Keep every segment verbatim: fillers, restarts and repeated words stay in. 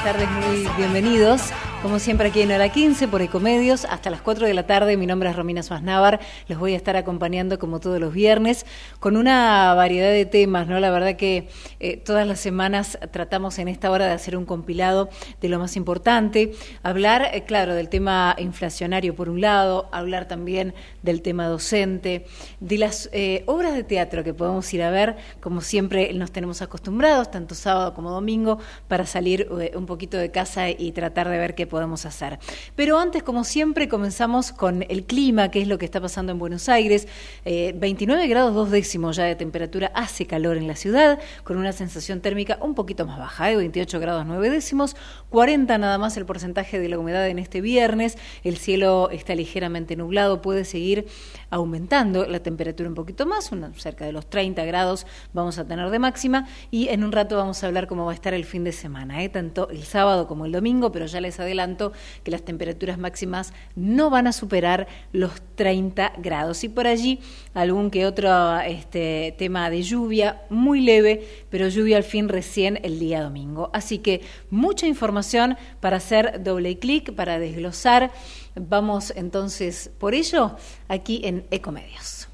tardes, muy bienvenidos. Como siempre aquí en Hora quince por Ecomedios, hasta las cuatro de la tarde. Mi nombre es Romina Suárez. Los voy a estar acompañando como todos los viernes con una variedad de temas, ¿no? La verdad que eh, todas las semanas tratamos en esta hora de hacer un compilado de lo más importante. Hablar, eh, claro, del tema inflacionario por un lado, hablar también del tema docente, de las eh, obras de teatro que podemos ir a ver, como siempre nos tenemos acostumbrados, tanto sábado como domingo, para salir eh, un poquito de casa y tratar de ver qué podemos hacer. Pero antes, como siempre, comenzamos con el clima, que es lo que está pasando en Buenos Aires. Eh, veintinueve grados dos décimos ya de temperatura, hace calor en la ciudad, con una sensación térmica un poquito más baja, de veintiocho grados nueve décimos, cuarenta nada más el porcentaje de la humedad en este viernes. El cielo está ligeramente nublado, puede seguir aumentando la temperatura un poquito más, una, cerca de los treinta grados vamos a tener de máxima, y en un rato vamos a hablar cómo va a estar el fin de semana, ¿eh? Tanto el sábado como el domingo, pero ya les adelanto que las temperaturas máximas no van a superar los treinta grados, y por allí algún que otro este, tema de lluvia muy leve, pero lluvia al fin recién el día domingo. Así que mucha información para hacer doble clic, para desglosar. Vamos entonces por ello aquí en Ecomedios.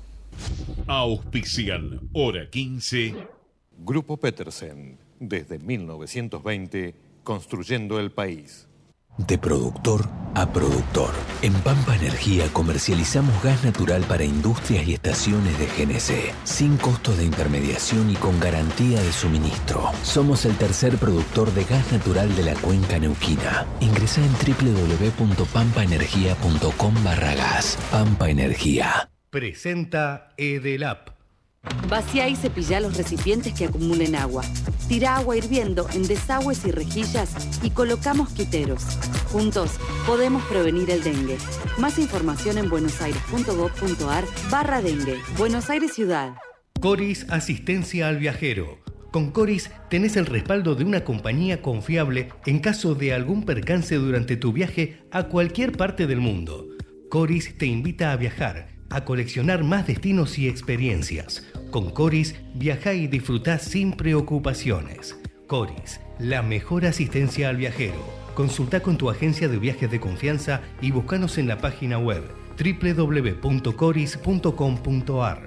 Auspician Hora quince. Grupo Petersen, desde mil novecientos veinte, construyendo el país. De productor a productor. En Pampa Energía comercializamos gas natural para industrias y estaciones de G N C, sin costos de intermediación y con garantía de suministro. Somos el tercer productor de gas natural de la cuenca neuquina. Ingresá en doble u doble u doble u punto pampa energía punto com barra gas. Pampa Energía. Presenta Edelap. Vacía y cepilla los recipientes que acumulen agua. Tira agua hirviendo en desagües y rejillas y coloca mosquiteros. Juntos podemos prevenir el dengue. Más información en buenosaires.gov.ar barra dengue. Buenos Aires Ciudad. Coris Asistencia al Viajero. Con Coris tenés el respaldo de una compañía confiable en caso de algún percance durante tu viaje a cualquier parte del mundo. Coris te invita a viajar, a coleccionar más destinos y experiencias. Con Coris, viajá y disfrutá sin preocupaciones. Coris, la mejor asistencia al viajero. Consultá con tu agencia de viajes de confianza y búscanos en la página web doble u doble u doble u punto coris punto com punto a r.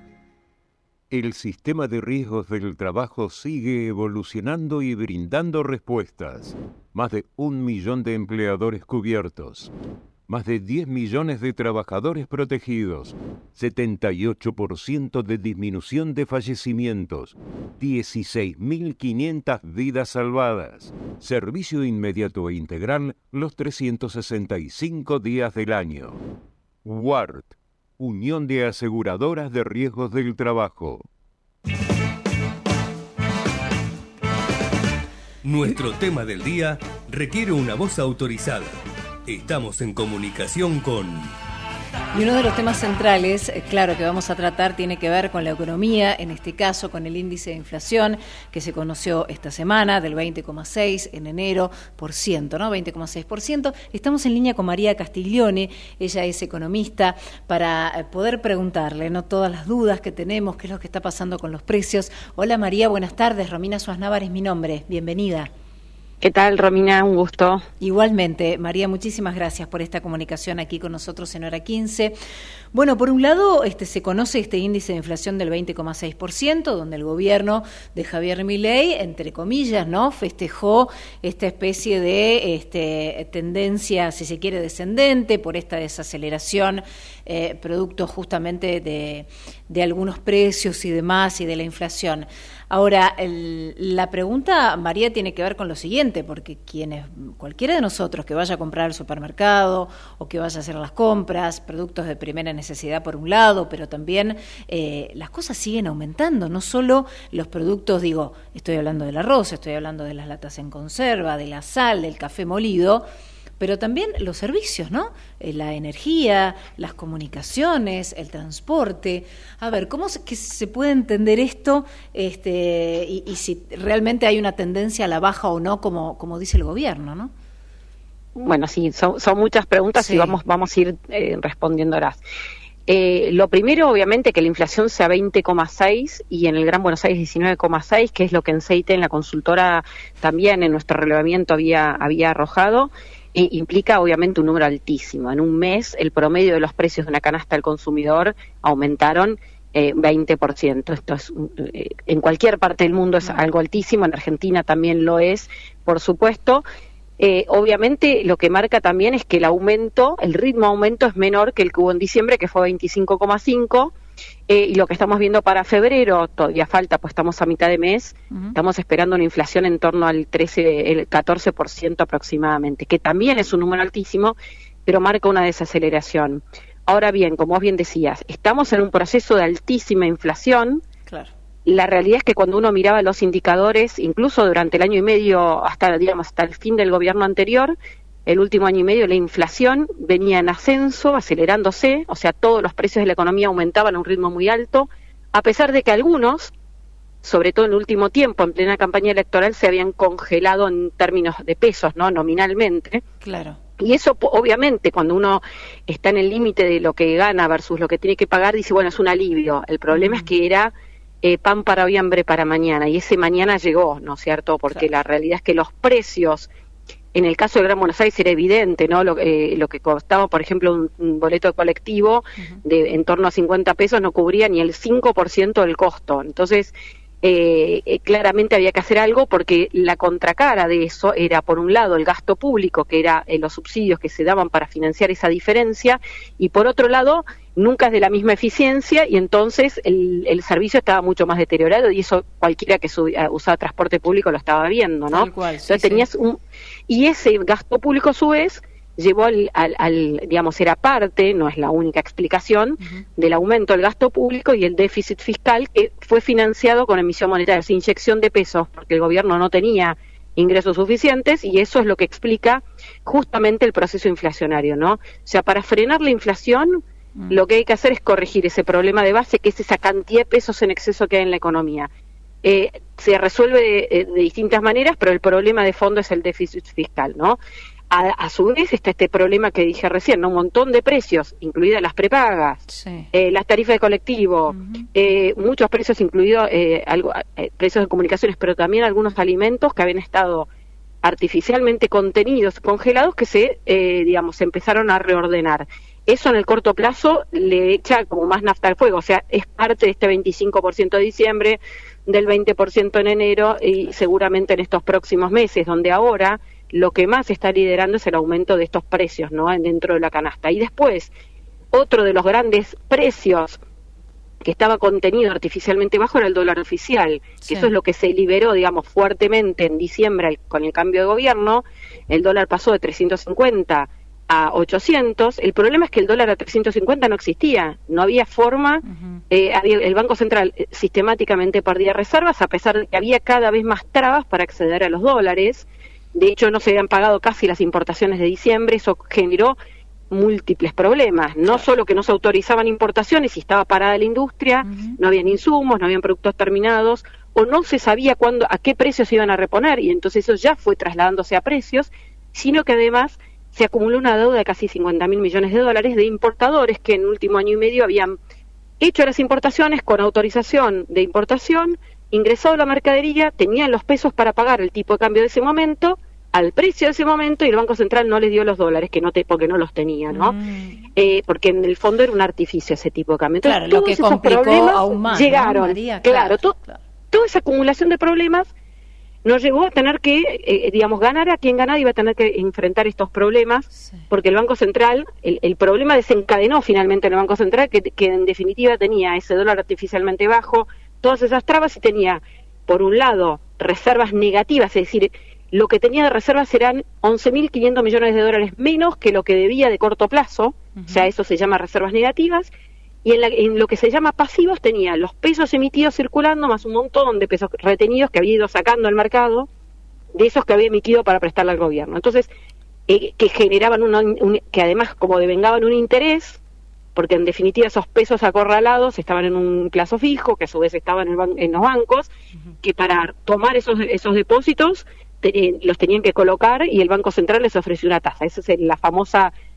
El sistema de riesgos del trabajo sigue evolucionando y brindando respuestas. Más de un millón de empleadores cubiertos. Más de diez millones de trabajadores protegidos, setenta y ocho por ciento de disminución de fallecimientos, dieciséis mil quinientas vidas salvadas, servicio inmediato e integral los trescientos sesenta y cinco días del año. W A R T, Unión de Aseguradoras de Riesgos del Trabajo. Nuestro tema del día requiere una voz autorizada. Estamos en comunicación con... Y uno de los temas centrales, eh, claro, que vamos a tratar tiene que ver con la economía, en este caso con el índice de inflación que se conoció esta semana del veinte coma seis en enero por ciento, ¿no? veinte coma seis por ciento. Estamos en línea con María Castiglione, ella es economista, para eh, poder preguntarle, ¿no?, todas las dudas que tenemos, qué es lo que está pasando con los precios. Hola María, buenas tardes. Romina Suárez es mi nombre, bienvenida. ¿Qué tal, Romina? Un gusto. Igualmente, María, muchísimas gracias por esta comunicación aquí con nosotros en Hora quince. Bueno, por un lado, este se conoce este índice de inflación del veinte coma seis por ciento, donde el gobierno de Javier Milei, entre comillas, ¿no?, festejó esta especie de este, tendencia, si se quiere, descendente por esta desaceleración, eh, producto justamente de, de algunos precios y demás y de la inflación. Ahora, el, la pregunta, María, tiene que ver con lo siguiente, porque quienes, cualquiera de nosotros que vaya a comprar al supermercado o que vaya a hacer las compras, productos de primera necesidad por un lado, pero también eh, las cosas siguen aumentando, no solo los productos, digo, estoy hablando del arroz, estoy hablando de las latas en conserva, de la sal, del café molido, pero también los servicios, ¿no? Eh, la energía, las comunicaciones, el transporte. A ver, ¿cómo se, que se puede entender esto este, y, y si realmente hay una tendencia a la baja o no, como, como dice el gobierno, ¿no? Bueno, sí, son, son muchas preguntas, sí, y vamos, vamos a ir eh, respondiéndolas. Eh, lo primero, obviamente, que la inflación sea veinte coma seis y en el Gran Buenos Aires diecinueve coma seis, que es lo que en Seite, en la consultora, también en nuestro relevamiento había, había arrojado, e implica obviamente un número altísimo. En un mes, el promedio de los precios de una canasta al consumidor aumentaron eh, veinte por ciento. Esto es, eh, en cualquier parte del mundo es algo altísimo, en Argentina también lo es, por supuesto. Eh, obviamente lo que marca también es que el aumento, el ritmo de aumento es menor que el que hubo en diciembre, que fue veinticinco coma cinco, eh, y lo que estamos viendo para febrero, todavía falta, pues estamos a mitad de mes, uh-huh. Estamos esperando una inflación en torno al trece, el catorce por ciento aproximadamente, que también es un número altísimo, pero marca una desaceleración. Ahora bien, como vos bien decías, estamos en un proceso de altísima inflación. Claro. La realidad es que cuando uno miraba los indicadores, incluso durante el año y medio, hasta digamos hasta el fin del gobierno anterior, el último año y medio, la inflación venía en ascenso, acelerándose, o sea, todos los precios de la economía aumentaban a un ritmo muy alto, a pesar de que algunos, sobre todo en el último tiempo, en plena campaña electoral, se habían congelado en términos de pesos, ¿no? Nominalmente. Claro. Y eso, obviamente, cuando uno está en el límite de lo que gana versus lo que tiene que pagar, dice, bueno, es un alivio. El problema mm. es que era eh, pan para hoy, hambre para mañana, y ese mañana llegó, ¿no es cierto? Porque claro. La realidad es que los precios, en el caso del Gran Buenos Aires era evidente, ¿no? Lo, eh, lo que costaba, por ejemplo, un, un boleto de colectivo uh-huh. de en torno a cincuenta pesos no cubría ni el cinco por ciento del costo. Entonces, Eh, eh, claramente había que hacer algo porque la contracara de eso era, por un lado, el gasto público, que era eh, los subsidios que se daban para financiar esa diferencia, y por otro lado, nunca es de la misma eficiencia, y entonces el, el servicio estaba mucho más deteriorado, y eso cualquiera que su, uh, usaba transporte público lo estaba viendo, ¿no? Tal cual, sí, entonces tenías sí. un... Y ese gasto público, a su vez, llevó al, al, al, digamos, era parte, no es la única explicación, uh-huh. del aumento del gasto público y el déficit fiscal, que fue financiado con emisión monetaria, esa inyección de pesos, porque el gobierno no tenía ingresos suficientes, y eso es lo que explica justamente el proceso inflacionario, ¿no? O sea, para frenar la inflación, uh-huh. lo que hay que hacer es corregir ese problema de base, que es esa cantidad de pesos en exceso que hay en la economía. Eh, se resuelve de, de distintas maneras, pero el problema de fondo es el déficit fiscal, ¿no? A, a su vez está este problema que dije recién, ¿no? Un montón de precios, incluidas las prepagas, sí. eh, las tarifas de colectivo, uh-huh. eh, muchos precios, incluidos eh, algo, eh, precios de comunicaciones, pero también algunos alimentos que habían estado artificialmente contenidos, congelados, que se, eh, digamos, se empezaron a reordenar. Eso en el corto plazo le echa como más nafta al fuego, o sea, es parte de este veinticinco por ciento de diciembre, del veinte por ciento en enero y seguramente en estos próximos meses, donde ahora lo que más está liderando es el aumento de estos precios, ¿no? Dentro de la canasta. Y después, otro de los grandes precios que estaba contenido artificialmente bajo era el dólar oficial, sí. que eso es lo que se liberó, digamos, fuertemente en diciembre con el cambio de gobierno. El dólar pasó de trescientos cincuenta a ochocientos. El problema es que el dólar a trescientos cincuenta no existía, no había forma, uh-huh. eh, había, el Banco Central sistemáticamente perdía reservas, a pesar de que había cada vez más trabas para acceder a los dólares. De hecho, no se habían pagado casi las importaciones de diciembre, eso generó múltiples problemas, no solo que no se autorizaban importaciones y estaba parada la industria, uh-huh. no habían insumos, no habían productos terminados, o no se sabía cuándo, a qué precios se iban a reponer, y entonces eso ya fue trasladándose a precios, sino que además se acumuló una deuda de casi cincuenta mil millones de dólares de importadores que en el último año y medio habían hecho las importaciones con autorización de importación, ingresado la mercadería, tenían los pesos para pagar el tipo de cambio de ese momento, al precio de ese momento, y el Banco Central no les dio los dólares, que no te, porque no los tenía, ¿no? Mm. Eh, porque en el fondo era un artificio ese tipo de cambio. Entonces, claro, lo que todos esos problemas aún más, llegaron, ¿no, María? claro, Claro, to, claro, toda esa acumulación de problemas nos llevó a tener que, eh, digamos, ganar a quien ganara, iba a tener que enfrentar estos problemas, sí. porque el Banco Central, el, el problema desencadenó finalmente en el Banco Central, que, que en definitiva tenía ese dólar artificialmente bajo, todas esas trabas, y tenía, por un lado, reservas negativas, es decir, lo que tenía de reservas eran once mil quinientos millones de dólares menos que lo que debía de corto plazo, uh-huh. o sea, eso se llama reservas negativas, y en, la, en lo que se llama pasivos tenía los pesos emitidos circulando, más un montón de pesos retenidos que había ido sacando al mercado, de esos que había emitido para prestarle al gobierno. Entonces, eh, que generaban, una, un, que además como devengaban un interés, porque en definitiva esos pesos acorralados estaban en un plazo fijo, que a su vez estaban en, ban- en los bancos, uh-huh. que para tomar esos, esos depósitos te, eh, los tenían que colocar y el Banco Central les ofreció una tasa. Esa es la famosa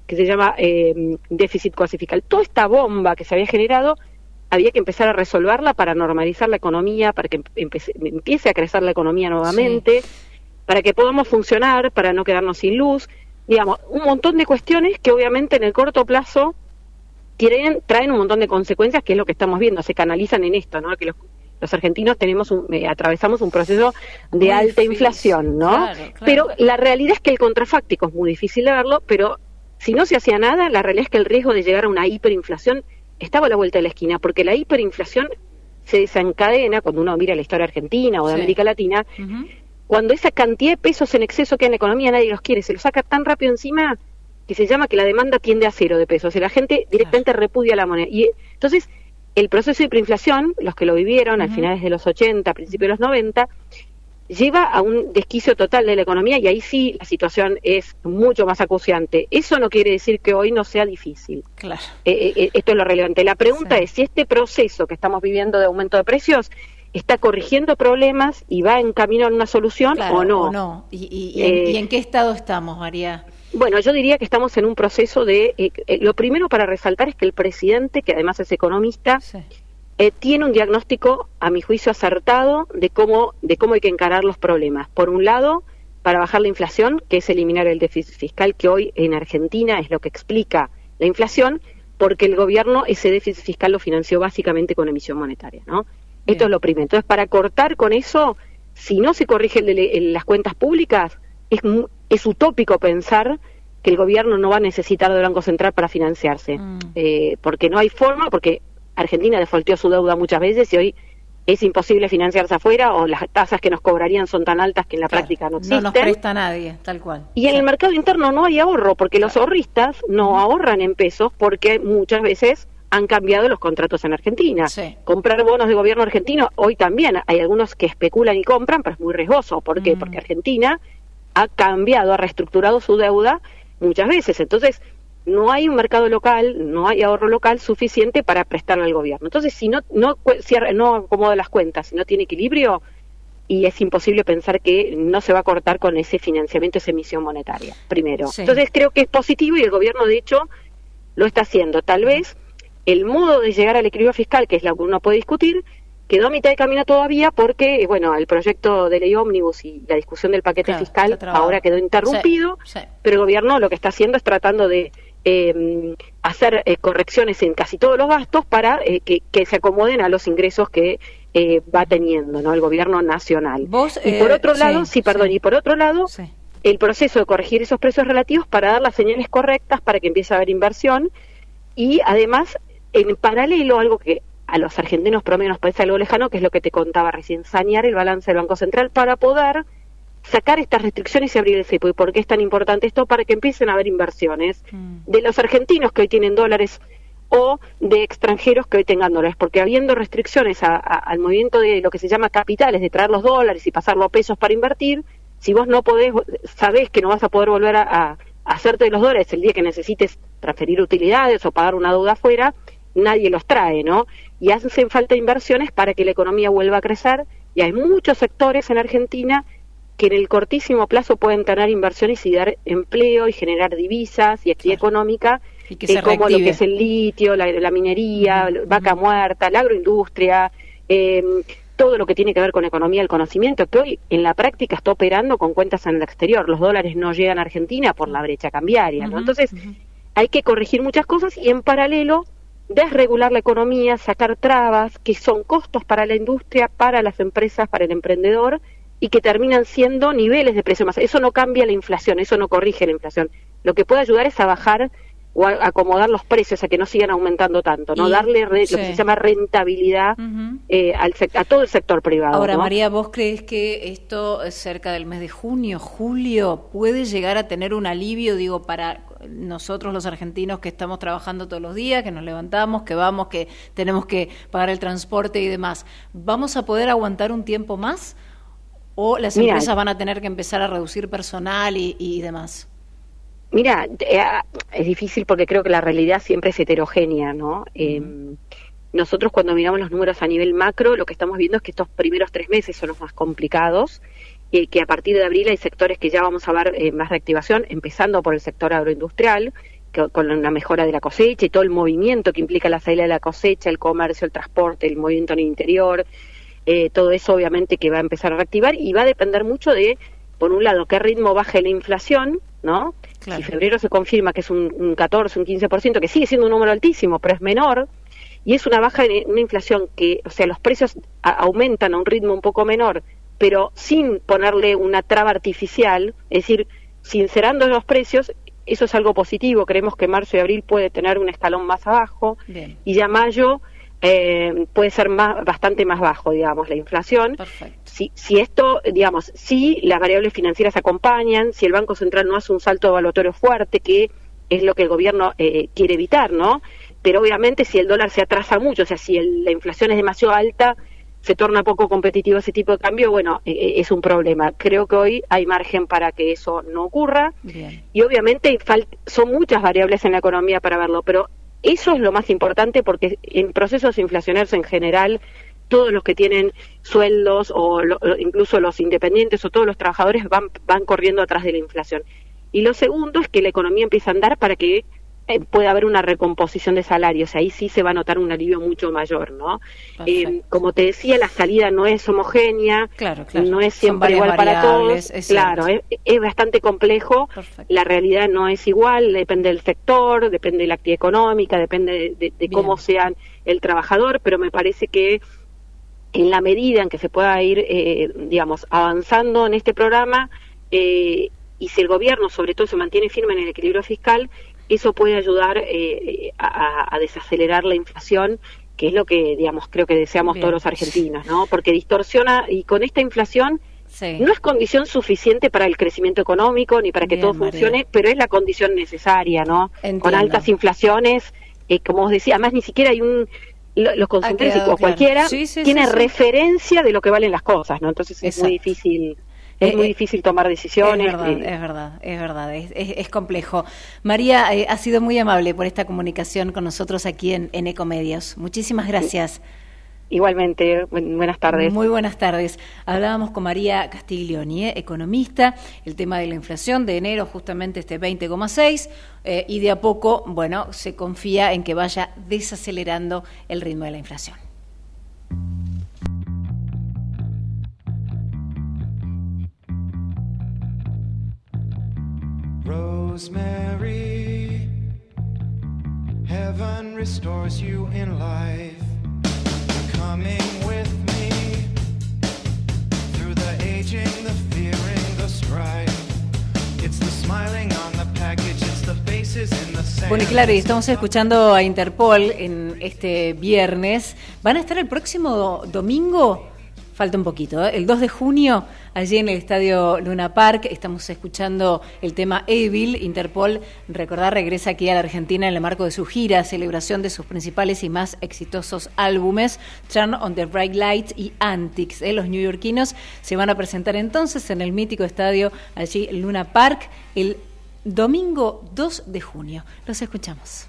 que se llama eh, déficit cuasi fiscal. Toda esta bomba que se había generado había que empezar a resolverla para normalizar la economía, para que empe- empiece a crecer la economía nuevamente, sí. para que podamos funcionar, para no quedarnos sin luz, digamos, un montón de cuestiones que obviamente en el corto plazo tienen, traen un montón de consecuencias, que es lo que estamos viendo, se canalizan en esto, ¿no? Que los, los argentinos tenemos un, eh, atravesamos un proceso de muy alta difícil. inflación, ¿no? Claro, claro. Pero la realidad es que el contrafáctico es muy difícil de verlo, pero si no se hacía nada, la realidad es que el riesgo de llegar a una hiperinflación estaba a la vuelta de la esquina, porque la hiperinflación se desencadena cuando uno mira la historia argentina o de sí. América Latina, uh-huh. cuando esa cantidad de pesos en exceso que hay en la economía nadie los quiere, se los saca tan rápido encima que se llama que la demanda tiende a cero de pesos, y la gente directamente claro. repudia la moneda. Y entonces, el proceso de hiperinflación, los que lo vivieron uh-huh. a finales de los ochenta, a principios de los noventa, lleva a un desquicio total de la economía, y ahí sí la situación es mucho más acuciante. Eso no quiere decir que hoy no sea difícil. Claro. Eh, eh, esto es lo relevante. La pregunta sí. es si este proceso que estamos viviendo de aumento de precios está corrigiendo problemas y va en camino a una solución claro, o no. O no. ¿Y, y, y, eh, ¿Y en qué estado estamos, María? Bueno, yo diría que estamos en un proceso de... Eh, eh, lo primero para resaltar es que el presidente, que además es economista, sí. Eh, tiene un diagnóstico, a mi juicio, acertado de cómo, de cómo hay que encarar los problemas. Por un lado, para bajar la inflación, que es eliminar el déficit fiscal, que hoy en Argentina es lo que explica la inflación, porque el gobierno ese déficit fiscal lo financió básicamente con emisión monetaria, ¿no? Bien. Esto es lo primero. Entonces, para cortar con eso, si no se corrige el de, el, las cuentas públicas, es, es utópico pensar que el gobierno no va a necesitar del Banco Central para financiarse, mm. eh, porque no hay forma, porque Argentina defaultó su deuda muchas veces y hoy es imposible financiarse afuera, o las tasas que nos cobrarían son tan altas que en la claro, práctica no existen. No nos presta nadie, tal cual. Y sí. en el mercado interno no hay ahorro, porque claro. los ahorristas no ahorran en pesos, porque muchas veces han cambiado los contratos en Argentina. Sí. Comprar bonos de gobierno argentino, hoy también hay algunos que especulan y compran, pero es muy riesgoso. ¿Por qué? Mm. Porque Argentina ha cambiado, ha reestructurado su deuda muchas veces. Entonces, no hay un mercado local, no hay ahorro local suficiente para prestarle al gobierno. Entonces, si no no cierra, no acomoda las cuentas, si no tiene equilibrio, y es imposible pensar que no se va a cortar con ese financiamiento, esa emisión monetaria, primero. Sí. Entonces, creo que es positivo y el gobierno, de hecho, lo está haciendo. Tal vez el modo de llegar al equilibrio fiscal, que es lo que uno puede discutir, quedó a mitad de camino todavía porque, bueno, el proyecto de ley ómnibus y la discusión del paquete claro, fiscal ahora quedó interrumpido, sí, sí. pero el gobierno lo que está haciendo es tratando de Eh, hacer eh, correcciones en casi todos los gastos para eh, que, que se acomoden a los ingresos que eh, va teniendo, ¿no? El gobierno nacional. ¿Vos, y por eh, otro lado, sí, sí perdón, sí. y por otro lado, sí. el proceso de corregir esos precios relativos para dar las señales correctas para que empiece a haber inversión, y además, en paralelo, algo que a los argentinos promedio nos parece algo lejano, que es lo que te contaba recién, sanear el balance del Banco Central para poder sacar estas restricciones y abrir el cepo. ¿Y por qué es tan importante esto? Para que empiecen a haber inversiones mm. de los argentinos que hoy tienen dólares o de extranjeros que hoy tengan dólares, porque habiendo restricciones a, a, al movimiento de lo que se llama capitales, de traer los dólares y pasarlo a pesos para invertir, si vos no podés, sabés que no vas a poder volver a, a, a hacerte de los dólares el día que necesites transferir utilidades o pagar una deuda afuera, nadie los trae, ¿no? Y hacen falta inversiones para que la economía vuelva a crecer, y hay muchos sectores en Argentina que en el cortísimo plazo pueden tener inversiones y dar empleo y generar divisas y actividad claro. económica, y que eh, como lo que es el litio, la, la minería, uh-huh. vaca muerta, la agroindustria, eh, todo lo que tiene que ver con economía del conocimiento, que hoy en la práctica está operando con cuentas en el exterior. Los dólares no llegan a Argentina por la brecha cambiaria, ¿no? Uh-huh. Entonces, uh-huh. hay que corregir muchas cosas y en paralelo desregular la economía, sacar trabas que son costos para la industria, para las empresas, para el emprendedor, y que terminan siendo niveles de precio más. Eso no cambia la inflación, eso no corrige la inflación. Lo que puede ayudar es a bajar o a acomodar los precios, a que no sigan aumentando tanto, ¿no? Y, darle re, sí. lo que se llama rentabilidad uh-huh. eh, al sec- a todo el sector privado. Ahora, ¿no? María, ¿vos crees que esto cerca del mes de junio, julio, puede llegar a tener un alivio, digo, para nosotros los argentinos que estamos trabajando todos los días, que nos levantamos, que vamos, que tenemos que pagar el transporte y demás? ¿Vamos a poder aguantar un tiempo más? ¿O las Mira, empresas van a tener que empezar a reducir personal y, y demás? Mira, es difícil porque creo que la realidad siempre es heterogénea, ¿no? Uh-huh. Eh, nosotros cuando miramos los números a nivel macro, lo que estamos viendo es que estos primeros tres meses son los más complicados, y que a partir de abril hay sectores que ya vamos a ver eh, más reactivación, empezando por el sector agroindustrial, con una mejora de la cosecha y todo el movimiento que implica la salida de la cosecha, el comercio, el transporte, el movimiento en el interior, eh, todo eso obviamente que va a empezar a reactivar y va a depender mucho de, por un lado, qué ritmo baje la inflación, ¿no? Claro. Si febrero se confirma que es un, un catorce, un quince por ciento, que sigue siendo un número altísimo, pero es menor, y es una baja en una inflación que, o sea, los precios a, aumentan a un ritmo un poco menor, pero sin ponerle una traba artificial, es decir, sincerando los precios, eso es algo positivo. Creemos que marzo y abril puede tener un escalón más abajo. Bien. Y ya mayo eh, puede ser más, bastante más bajo, digamos, la inflación. Perfecto. Si, si esto, digamos, si las variables financieras acompañan, si el Banco Central no hace un salto evaluatorio fuerte, que es lo que el gobierno eh, quiere evitar, ¿no? Pero obviamente si el dólar se atrasa mucho, o sea, si el, la inflación es demasiado alta, se torna poco competitivo ese tipo de cambio, bueno, eh, es un problema. Creo que hoy hay margen para que eso no ocurra. Bien. Y obviamente son muchas variables en la economía para verlo, pero eso es lo más importante porque en procesos inflacionarios en general, todos los que tienen sueldos o lo, incluso los independientes o todos los trabajadores van, van corriendo atrás de la inflación. Y lo segundo es que la economía empieza a andar para que Eh, puede haber una recomposición de salarios, ahí sí se va a notar un alivio mucho mayor, ¿no? Eh, como te decía, la salida no es homogénea, claro, claro. no es siempre igual para todos, es claro, es, es bastante complejo. Perfecto. La realidad no es igual, depende del sector, depende de la actividad económica, depende de, de, de cómo sean el trabajador, pero me parece que en la medida en que se pueda ir, eh, digamos, avanzando en este programa, eh, y si el gobierno sobre todo se mantiene firme en el equilibrio fiscal, eso puede ayudar eh, a, a desacelerar la inflación, que es lo que, digamos, creo que deseamos Bien. todos los argentinos, ¿no? Porque distorsiona, y con esta inflación sí. no es condición suficiente para el crecimiento económico ni para que Bien, todo funcione, María. Pero es la condición necesaria, ¿no? Entiendo. Con altas inflaciones, eh, como os decía, además ni siquiera hay un... Los consumidores o cualquiera sí, sí, tiene sí, sí. referencia de lo que valen las cosas, ¿no? Entonces es Exacto. muy difícil... Es eh, muy difícil tomar decisiones. Es verdad, eh. es verdad, es verdad, es, es, es complejo. María, eh, ha sido muy amable por esta comunicación con nosotros aquí en, en Ecomedios. Muchísimas gracias. Igualmente, bu- buenas tardes. Muy buenas tardes. Hablábamos con María Castiglioni, eh, economista, el tema de la inflación de enero, justamente este veinte coma seis, eh, y de a poco, bueno, se confía en que vaya desacelerando el ritmo de la inflación. Rosemary, heaven restores you in life. Coming with me through the aging, the fearing, the strife. It's the smiling on the package, it's the faces in the sand. Bueno, y claro, y estamos escuchando a Interpol en este viernes. ¿Van a estar el próximo domingo? Falta un poquito, ¿eh? El dos de junio, allí en el Estadio Luna Park, estamos escuchando el tema Evil. Interpol, recordar, regresa aquí a la Argentina en el marco de su gira, celebración de sus principales y más exitosos álbumes, Turn on the Bright Lights y Antics. ¿eh? Los neoyorquinos se van a presentar entonces en el mítico estadio allí Luna Park el domingo dos de junio. Los escuchamos.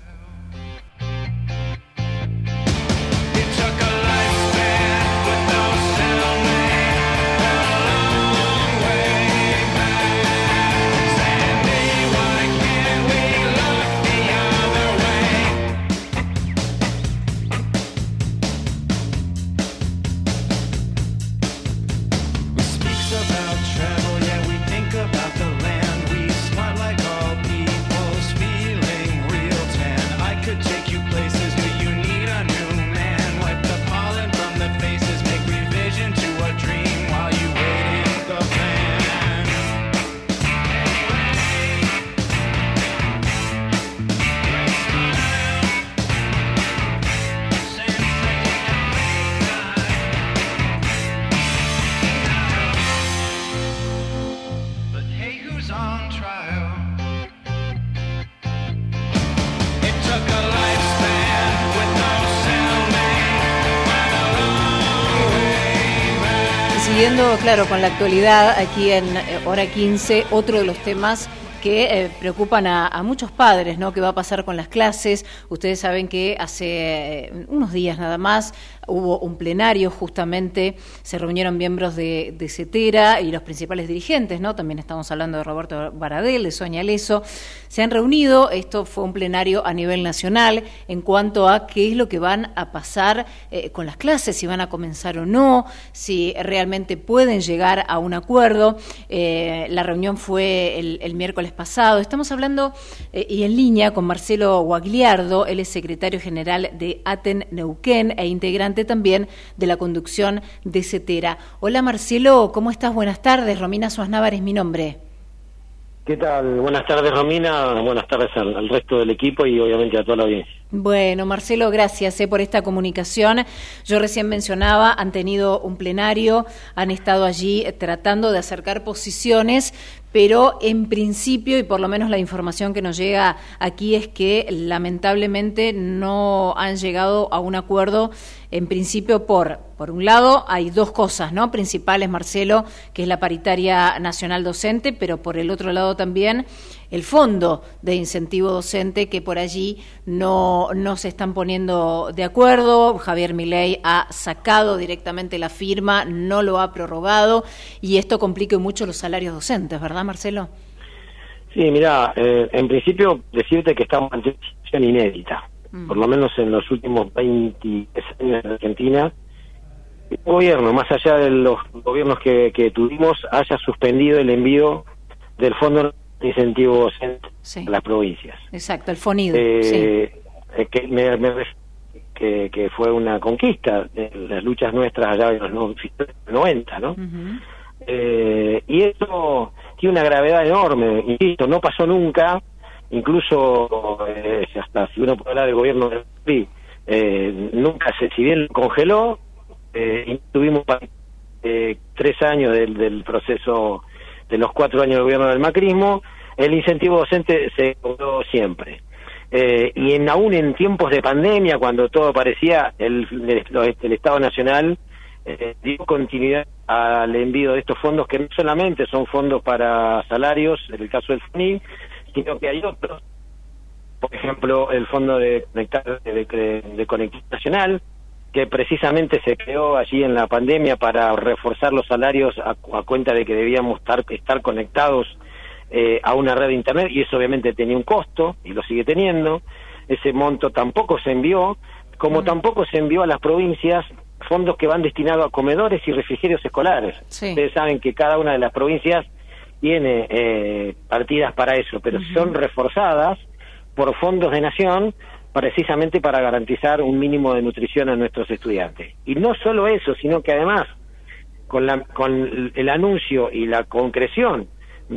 Siguiendo, claro, con la actualidad, aquí en Hora quince, otro de los temas que eh, preocupan a, a muchos padres, ¿no? ¿Qué va a pasar con las clases? Ustedes saben que hace eh, unos días nada más hubo un plenario, justamente se reunieron miembros de, de CETERA y los principales dirigentes, ¿no? También estamos hablando de Roberto Baradel, de Sonia Leso. Se han reunido, esto fue un plenario a nivel nacional, en cuanto a qué es lo que van a pasar eh, con las clases, si van a comenzar o no, si realmente pueden llegar a un acuerdo. Eh, la reunión fue el, el miércoles pasado. Estamos hablando eh, y en línea con Marcelo Guagliardo, él es secretario general de ATEN Neuquén e integrante también de la conducción de CETERA. Hola Marcelo, ¿cómo estás? Buenas tardes. Romina Swaznavar es mi nombre. ¿Qué tal? Buenas tardes, Romina. Buenas tardes al, al resto del equipo y obviamente a toda la audiencia. Bueno, Marcelo, gracias eh, por esta comunicación. Yo recién mencionaba, han tenido un plenario, han estado allí eh, tratando de acercar posiciones, pero en principio, y por lo menos la información que nos llega aquí es que lamentablemente no han llegado a un acuerdo. En principio, por por un lado, hay dos cosas, ¿no? Principales, Marcelo, que es la paritaria nacional docente, pero por el otro lado también el fondo de incentivo docente, que por allí no, no se están poniendo de acuerdo. Javier Milei ha sacado directamente la firma, no lo ha prorrogado, y esto complica mucho los salarios docentes, ¿verdad, Marcelo? Sí, mira, eh, en principio decirte que estamos ante una situación inédita. Por lo menos en los últimos veintitrés años de Argentina, el gobierno, más allá de los gobiernos que, que tuvimos, haya suspendido el envío del Fondo de Incentivo Docente sí. a las provincias. Exacto, el FONIDO. Eh, sí. que, me, me, que, que fue una conquista de las luchas nuestras allá en los noventa, ¿no? Uh-huh. Eh, y eso tiene una gravedad enorme, insisto, no pasó nunca. Incluso eh, hasta si uno puede hablar del gobierno del P R I, eh, nunca se, si bien congeló, eh, y tuvimos eh, tres años del, del proceso de los cuatro años del gobierno del macrismo, el incentivo docente se cobró siempre. Eh, y en, aún en tiempos de pandemia, cuando todo parecía, el, el, el Estado Nacional eh, dio continuidad al envío de estos fondos, que no solamente son fondos para salarios, en el caso del FONID, sino que hay otros, por ejemplo, el Fondo de, Conectar, de, de, de Conectividad Nacional, que precisamente se creó allí en la pandemia para reforzar los salarios a, a cuenta de que debíamos estar, estar conectados eh, a una red de Internet, y eso obviamente tenía un costo, y lo sigue teniendo. Ese monto tampoco se envió, como mm. tampoco se envió a las provincias fondos que van destinados a comedores y refrigerios escolares. Sí. Ustedes saben que cada una de las provincias tiene eh, partidas para eso, pero uh-huh. son reforzadas por fondos de nación precisamente para garantizar un mínimo de nutrición a nuestros estudiantes. Y no solo eso, sino que además con, la, con el anuncio y la concreción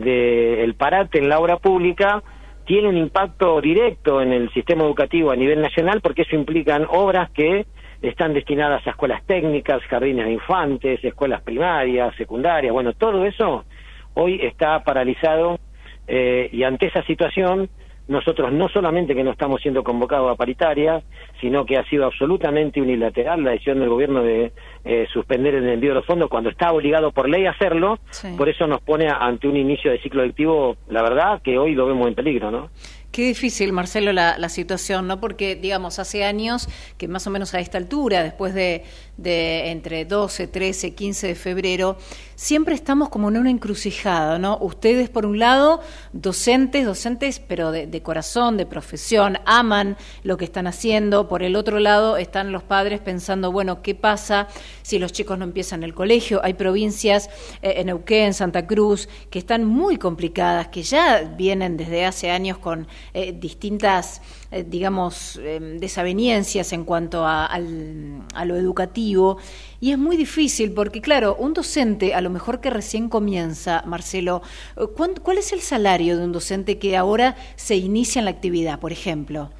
del parate en la obra pública, tiene un impacto directo en el sistema educativo a nivel nacional, porque eso implican obras que están destinadas a escuelas técnicas, jardines de infantes, escuelas primarias, secundarias, bueno, todo eso hoy está paralizado, eh, y ante esa situación nosotros no solamente que no estamos siendo convocados a paritaria, sino que ha sido absolutamente unilateral la decisión del gobierno de eh, suspender el envío de los fondos cuando está obligado por ley a hacerlo. Sí. Por eso nos pone ante un inicio de ciclo lectivo, la verdad que hoy lo vemos en peligro, ¿no? Qué difícil, Marcelo, la, la situación, ¿no? Porque, digamos, hace años que más o menos a esta altura, después de, de entre doce, trece, quince de febrero, siempre estamos como en una encrucijada, ¿no? Ustedes, por un lado, docentes, docentes, pero de, de corazón, de profesión, aman lo que están haciendo. Por el otro lado, están los padres pensando, bueno, ¿qué pasa si los chicos no empiezan el colegio? Hay provincias, eh, en Neuquén, Santa Cruz, que están muy complicadas, que ya vienen desde hace años con Eh, distintas, eh, digamos, eh, desavenencias en cuanto a, al, a lo educativo, y es muy difícil porque, claro, un docente, a lo mejor que recién comienza, Marcelo, ¿cuál, cuál es el salario de un docente que ahora se inicia en la actividad, por ejemplo?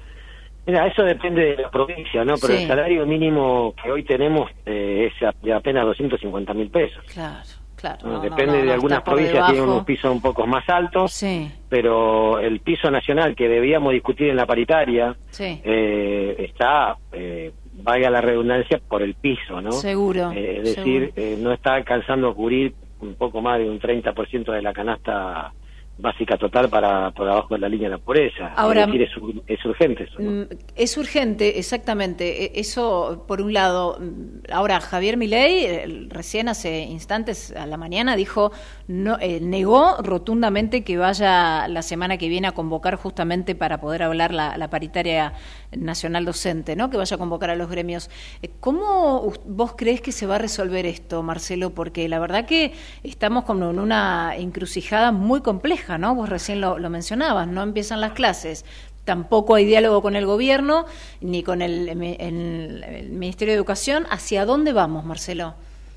Mira, eso depende de la provincia, ¿no? Pero sí. El salario mínimo que hoy tenemos eh, es de apenas doscientos cincuenta mil pesos. Claro. Claro, no, no, depende no, no, de no, algunas provincias, tienen unos pisos un poco más altos, sí. Pero el piso nacional que debíamos discutir en la paritaria sí. eh, está, eh, valga la redundancia, por el piso, ¿no? Seguro. Eh, es decir, eh, no está alcanzando a cubrir un poco más de un treinta por ciento de la canasta básica total para por abajo de la línea de la pobreza. Ahora, es decir, es, ur- es urgente eso, ¿no? Es urgente, exactamente. E- Eso, por un lado. Ahora, Javier Milei, eh, recién hace instantes a la mañana, dijo, no, eh, negó rotundamente que vaya la semana que viene a convocar justamente para poder hablar la, la paritaria nacional docente, ¿no? Que vaya a convocar a los gremios. Eh, ¿Cómo us- vos crees que se va a resolver esto, Marcelo? Porque la verdad que estamos como en una encrucijada muy compleja, ¿no? Vos recién lo, lo mencionabas, no empiezan las clases, tampoco hay diálogo con el gobierno ni con el, el, el Ministerio de Educación. ¿Hacia dónde vamos, Marcelo?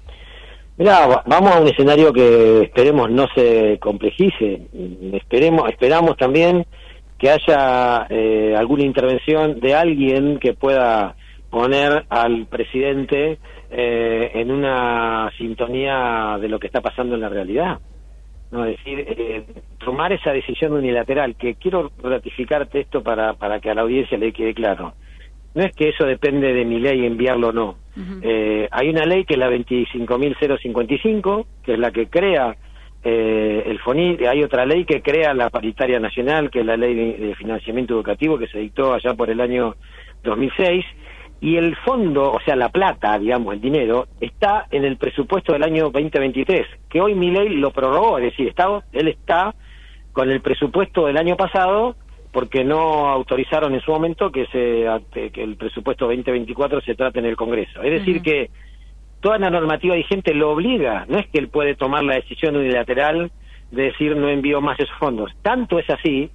Mirá, va- vamos a un escenario que esperemos no se complejice. Mm, Esperemos, esperamos también que haya eh, alguna intervención de alguien que pueda poner al presidente eh, en una sintonía de lo que está pasando en la realidad. No, es decir, eh, tomar esa decisión unilateral, que quiero ratificarte esto para, para que a la audiencia le quede claro. No es que eso depende de mi ley enviarlo o no. Uh-huh. Eh, hay una ley que es la veinticinco mil cincuenta y cinco, que es la que crea eh, el FONIT. Hay otra ley que crea la paritaria nacional, que es la ley de, de financiamiento educativo, que se dictó allá por el año dos mil seis. Y el fondo, o sea, la plata, digamos, el dinero, está en el presupuesto del año veinte veintitrés, que hoy Milei lo prorrogó, es decir, está, él está con el presupuesto del año pasado, porque no autorizaron en su momento que se que el presupuesto veinte veinticuatro se trate en el Congreso. Es decir, uh-huh. que toda la normativa vigente lo obliga, no es que él puede tomar la decisión unilateral de decir no envío más esos fondos. Tanto es así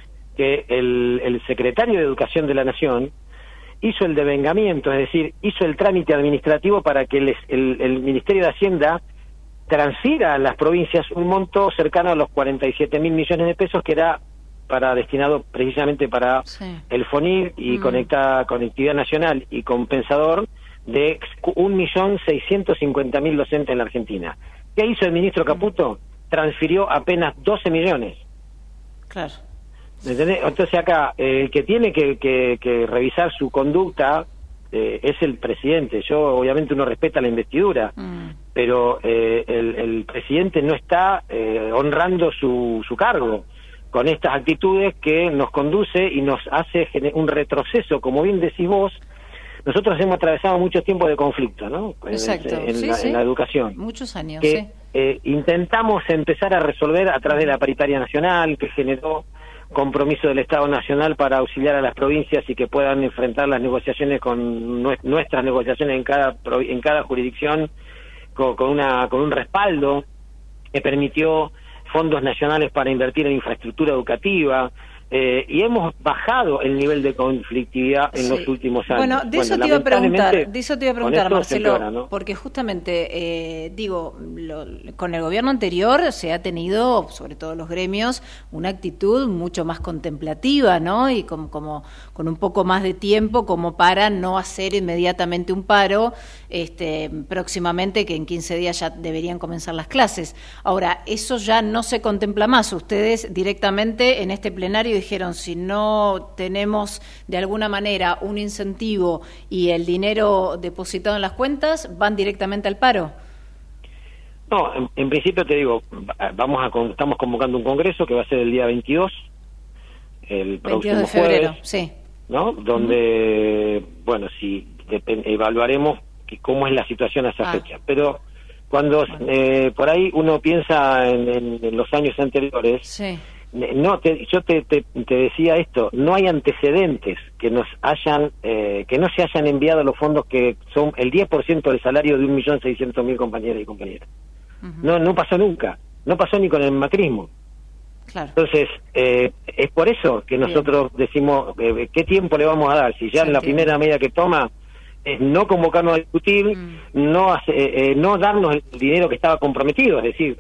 que el, el secretario de Educación de la Nación hizo el devengamiento, es decir, hizo el trámite administrativo para que el, el, el Ministerio de Hacienda transfiera a las provincias un monto cercano a los cuarenta y siete mil millones de pesos, que era para destinado precisamente para sí. el FONIR y mm. conecta, Conectividad Nacional y Compensador, de un millón seiscientos cincuenta mil docentes en la Argentina. ¿Qué hizo el ministro Caputo? Transfirió apenas doce millones. Claro. ¿Entendés? Entonces acá, eh, el que tiene que, que, que revisar su conducta eh, es el presidente. Yo, obviamente, uno respeta la investidura, mm. pero eh, el, el presidente no está eh, honrando su, su cargo con estas actitudes que nos conduce y nos hace un retroceso, como bien decís vos. Nosotros hemos atravesado muchos tiempos de conflicto, ¿no? Exacto. En, en, sí, la, sí. en la educación. Muchos años, que, sí. Eh, intentamos empezar a resolver a través de la paritaria nacional, que generó compromiso del Estado Nacional para auxiliar a las provincias y que puedan enfrentar las negociaciones con nuestras negociaciones en cada en cada jurisdicción con, con una con un respaldo que permitió fondos nacionales para invertir en infraestructura educativa, eh, y hemos bajado el nivel de conflictividad en sí. los últimos años. Bueno, de bueno, eso te iba a preguntar, de eso te iba a preguntar, Marcelo, empeora, ¿no? Porque justamente, eh, digo, lo, con el gobierno anterior se ha tenido, sobre todo los gremios, una actitud mucho más contemplativa, ¿no? Y con, como con un poco más de tiempo como para no hacer inmediatamente un paro, este, próximamente, que en quince días ya deberían comenzar las clases. Ahora, eso ya no se contempla más. Ustedes directamente en este plenario dijeron, si no tenemos de alguna manera un incentivo y el dinero depositado en las cuentas, van directamente al paro. No, en, en principio te digo, vamos a estamos convocando un congreso que va a ser el día veintidós, el próximo veintidós de febrero, jueves, sí. ¿no? Donde, uh-huh. bueno, si depend, evaluaremos que, cómo es la situación a esa ah. fecha. Pero cuando bueno. eh, por ahí uno piensa en, en, en los años anteriores, sí. No, te, yo te, te, te decía esto, no hay antecedentes que nos hayan, eh, que no se hayan enviado los fondos que son el diez por ciento del salario de un millón seiscientos mil compañeras y compañeros. Uh-huh. No, no pasó nunca, no pasó ni con el macrismo. Claro. Entonces, eh, es por eso que nosotros Bien. decimos, eh, ¿qué tiempo le vamos a dar? Si ya en la primera medida que toma es no convocarnos a discutir, mm. no, hace, eh, no darnos el dinero que estaba comprometido, es decir...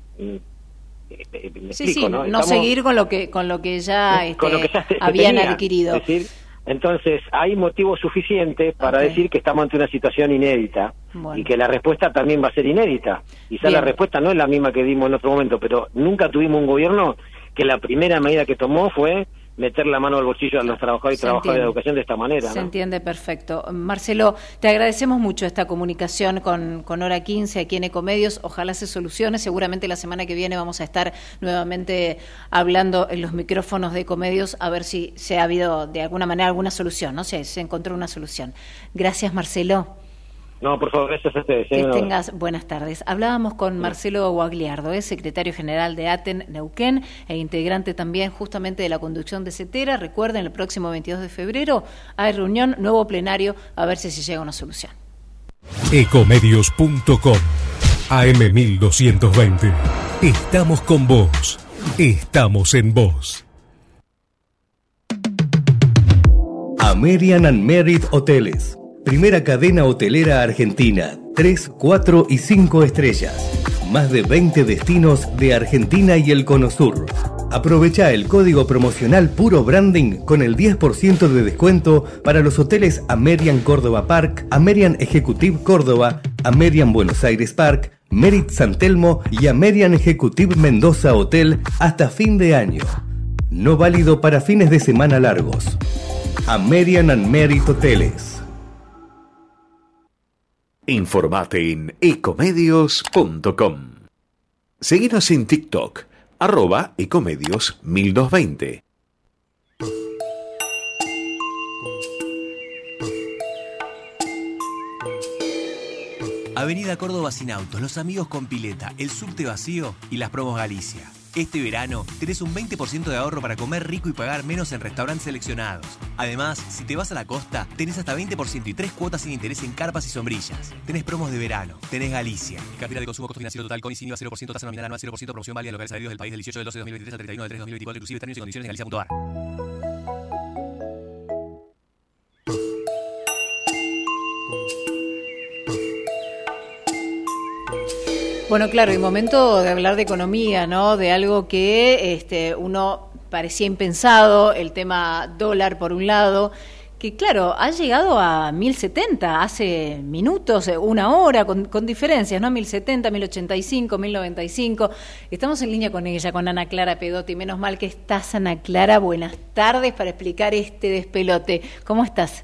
Me sí, explico, sí, ¿no? no Estamos, seguir con lo que con lo que ya, este, con lo que ya se, se habían tenía. adquirido. Es decir, entonces hay motivos suficientes para okay. decir que estamos ante una situación inédita bueno. y que la respuesta también va a ser inédita. Quizá la respuesta no es la misma que dimos en otro momento, pero nunca tuvimos un gobierno que la primera medida que tomó fue meter la mano al bolsillo a los trabajadores y trabajadoras de educación de esta manera. Se ¿no? entiende perfecto. Marcelo, te agradecemos mucho esta comunicación con, con Hora quince aquí en Ecomedios. Ojalá se solucione. Seguramente la semana que viene vamos a estar nuevamente hablando en los micrófonos de Ecomedios a ver si se ha habido de alguna manera alguna solución, ¿no? Se, se encontró una solución. Gracias, Marcelo. No, por favor, gracias a ustedes. Que tengas buenas tardes. Hablábamos con Marcelo Guagliardo, es secretario general de ATEN Neuquén e integrante también justamente de la conducción de CETERA. Recuerden, el próximo veintidós de febrero hay reunión, nuevo plenario, a ver si se llega a una solución. Ecomedios punto com A M mil doscientos veinte. Estamos con vos. Estamos en vos. American and Merit Hoteles. Primera cadena hotelera argentina, tres, cuatro y cinco estrellas. Más de veinte destinos de Argentina y el Cono Sur. Aprovecha el código promocional Puro Branding con el diez por ciento de descuento para los hoteles American Córdoba Park, American Executive Córdoba, American Buenos Aires Park, Merit San Telmo y American Executive Mendoza Hotel hasta fin de año. No válido para fines de semana largos. American and Merit Hoteles. Informate en ecomedios punto com. Seguinos en TikTok, arroba ecomedios mil doscientos veinte. Avenida Córdoba sin autos, los amigos con pileta, el subte vacío y las promos Galicia. Este verano tenés un veinte por ciento de ahorro para comer rico y pagar menos en restaurantes seleccionados. Además, si te vas a la costa, tenés hasta veinte por ciento y tres cuotas sin interés en carpas y sombrillas. Tenés promos de verano, tenés Galicia. Capital de consumo, costo financiero total con I C I N I V A cero por ciento, tasa nominal anual cero por ciento, promoción válida en locales adheridos del país del dieciocho del doce de dos mil veintitrés al treinta y uno del tres de dos mil veinticuatro, inclusive términos y condiciones en galicia punto a r. Bueno, claro, y momento de hablar de economía, ¿no? De algo que este, uno parecía impensado, el tema dólar por un lado, que claro, ha llegado a mil setenta hace minutos, una hora, con, con diferencias, ¿no? mil setenta, mil ochenta y cinco, mil noventa y cinco. Estamos en línea con ella, con Ana Clara Pedotti. Menos mal que estás, Ana Clara. Buenas tardes para explicar este despelote. ¿Cómo estás?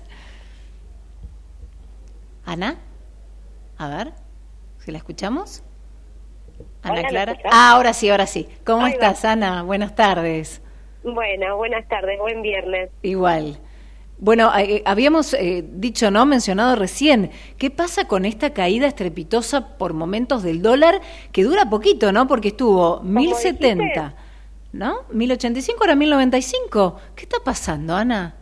¿Ana? A ver, ¿si la escuchamos? Ana Hola, Clara. Ah, ahora sí, ahora sí. ¿Cómo Ahí estás, va. Ana? Buenas tardes. Bueno, buenas tardes, buen viernes. Igual. Bueno, eh, habíamos eh, dicho, ¿no? Mencionado recién, ¿qué pasa con esta caída estrepitosa por momentos del dólar que dura poquito, ¿no? Porque estuvo mil setenta, ¿no? mil ochenta y cinco, ahora mil noventa y cinco. ¿Qué está pasando, Ana?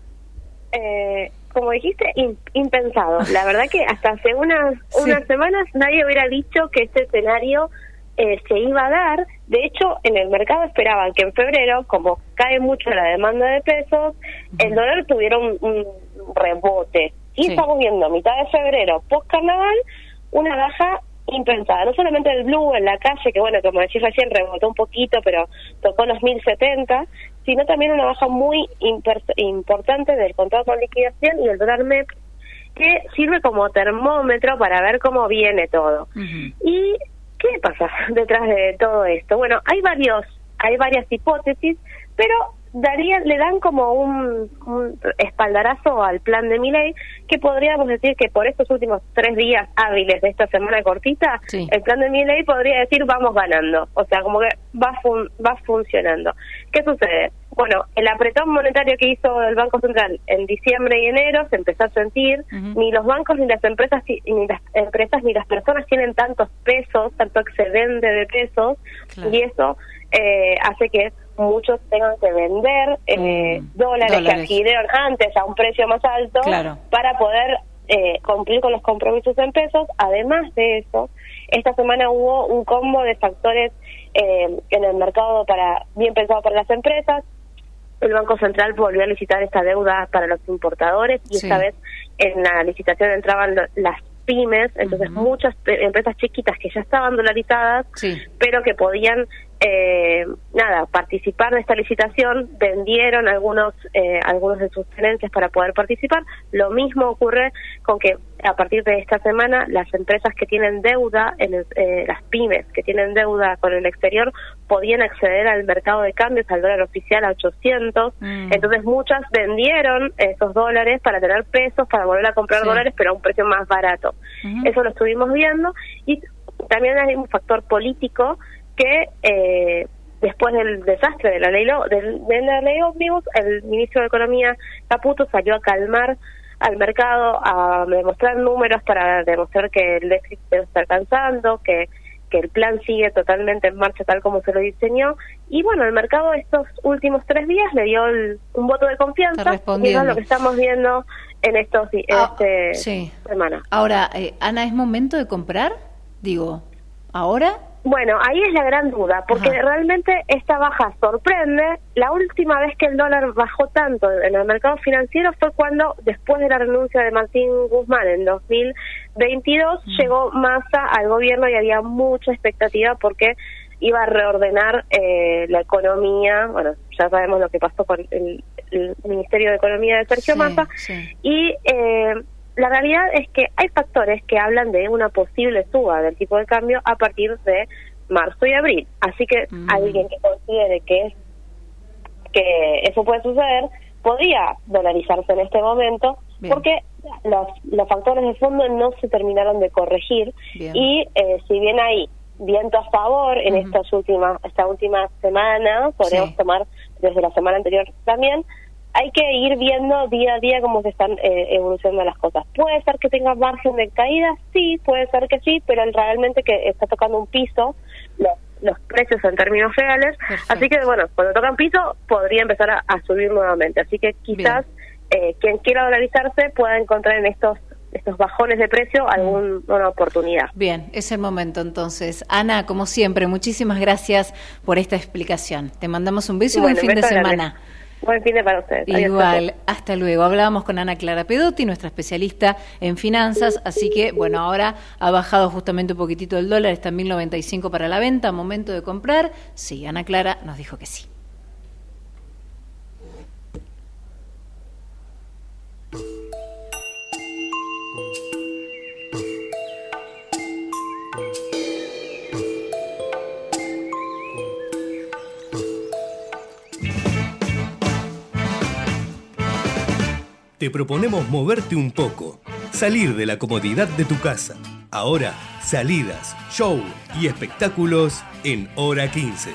Eh, como dijiste, in, impensado. La verdad que hasta hace unas, sí. unas semanas nadie hubiera dicho que este escenario Eh, se iba a dar. De hecho, en el mercado esperaban que en febrero, como cae mucho la demanda de pesos, uh-huh. el dólar tuviera un, un rebote. Y sí. estamos viendo a mitad de febrero, post carnaval, una baja impensada. No solamente el blue en la calle, que bueno, como decís recién, rebotó un poquito, pero tocó los mil setenta, sino también una baja muy imper- importante del contado con liquidación y el dólar M E P, que sirve como termómetro para ver cómo viene todo. Uh-huh. Y ¿qué pasa detrás de todo esto? Bueno, hay varios, hay varias hipótesis, pero darían, le dan como un, un espaldarazo al plan de Milei, que podríamos decir que por estos últimos tres días hábiles de esta semana cortita, sí. el plan de Milei podría decir vamos ganando, o sea, como que va fun, va funcionando. ¿Qué sucede? Bueno, el apretón monetario que hizo el Banco Central en diciembre y enero se empezó a sentir. Uh-huh. Ni los bancos, ni las empresas, ni las empresas, ni las personas tienen tantos pesos, tanto excedente de pesos, claro. y eso eh, hace que muchos tengan que vender eh, mm. dólares, dólares que adquirieron antes a un precio más alto, claro. para poder eh, cumplir con los compromisos en pesos. Además de eso, esta semana hubo un combo de factores eh, en el mercado para bien pensado para las empresas. El Banco Central volvió a licitar esta deuda para los importadores y sí. esta vez en la licitación entraban lo, las pymes, entonces uh-huh. muchas empresas chiquitas que ya estaban dolarizadas, sí. pero que podían eh, nada, participar de esta licitación, vendieron algunos eh, algunos de sus tenencias para poder participar. Lo mismo ocurre con que a partir de esta semana las empresas que tienen deuda, en el, eh, las pymes que tienen deuda con el exterior, podían acceder al mercado de cambios, al dólar oficial a ochocientos, mm. entonces muchas vendieron esos dólares para tener pesos, para volver a comprar sí. dólares, pero a un precio más barato. Uh-huh. Eso lo estuvimos viendo, y también hay un factor político que eh, después del desastre de la ley de, de la ley ómnibus, el ministro de Economía Caputo salió a calmar al mercado, a demostrar números para demostrar que el déficit se está alcanzando, que que el plan sigue totalmente en marcha tal como se lo diseñó, y bueno, el mercado estos últimos tres días le dio el, un voto de confianza, y eso es lo que estamos viendo en estos en ah, este sí. semana. Ahora, eh, Ana, ¿es momento de comprar? Digo, ¿ahora? Bueno, ahí es la gran duda, porque Ajá. realmente esta baja sorprende. La última vez que el dólar bajó tanto en el mercado financiero fue cuando, después de la renuncia de Martín Guzmán en dos mil veintidós, mm. llegó Massa al gobierno y había mucha expectativa porque iba a reordenar eh, la economía. Bueno, ya sabemos lo que pasó con el, el Ministerio de Economía de Sergio sí, Massa. Sí. Y eh, la realidad es que hay factores que hablan de una posible suba del tipo de cambio a partir de marzo y abril. Así que mm. alguien que considere que, es, que eso puede suceder, podría dolarizarse en este momento, bien. Porque los, los factores de fondo no se terminaron de corregir. Bien. Y eh, si bien hay viento a favor en uh-huh. estas últimas, esta última semana, podríamos sí. tomar desde la semana anterior también, hay que ir viendo día a día cómo se están eh, evolucionando las cosas. ¿Puede ser que tenga margen de caída? Sí, puede ser que sí, pero realmente que está tocando un piso los, los precios en términos reales. Perfecto. Así que, bueno, cuando tocan piso podría empezar a, a subir nuevamente. Así que quizás eh, quien quiera dolarizarse pueda encontrar en estos estos bajones de precio alguna mm. oportunidad. Bien, es el momento entonces. Ana, como siempre, muchísimas gracias por esta explicación. Te mandamos un beso y bueno, buen fin de semana. Grande. Buen fin de para ustedes. Igual, hasta luego. Hablábamos con Ana Clara Pedotti, nuestra especialista en finanzas, así que, bueno, ahora ha bajado justamente un poquitito el dólar, está en mil noventa y cinco para la venta, momento de comprar. Sí, Ana Clara nos dijo que sí. Te proponemos moverte un poco, salir de la comodidad de tu casa. Ahora, salidas, show y espectáculos en Hora quince.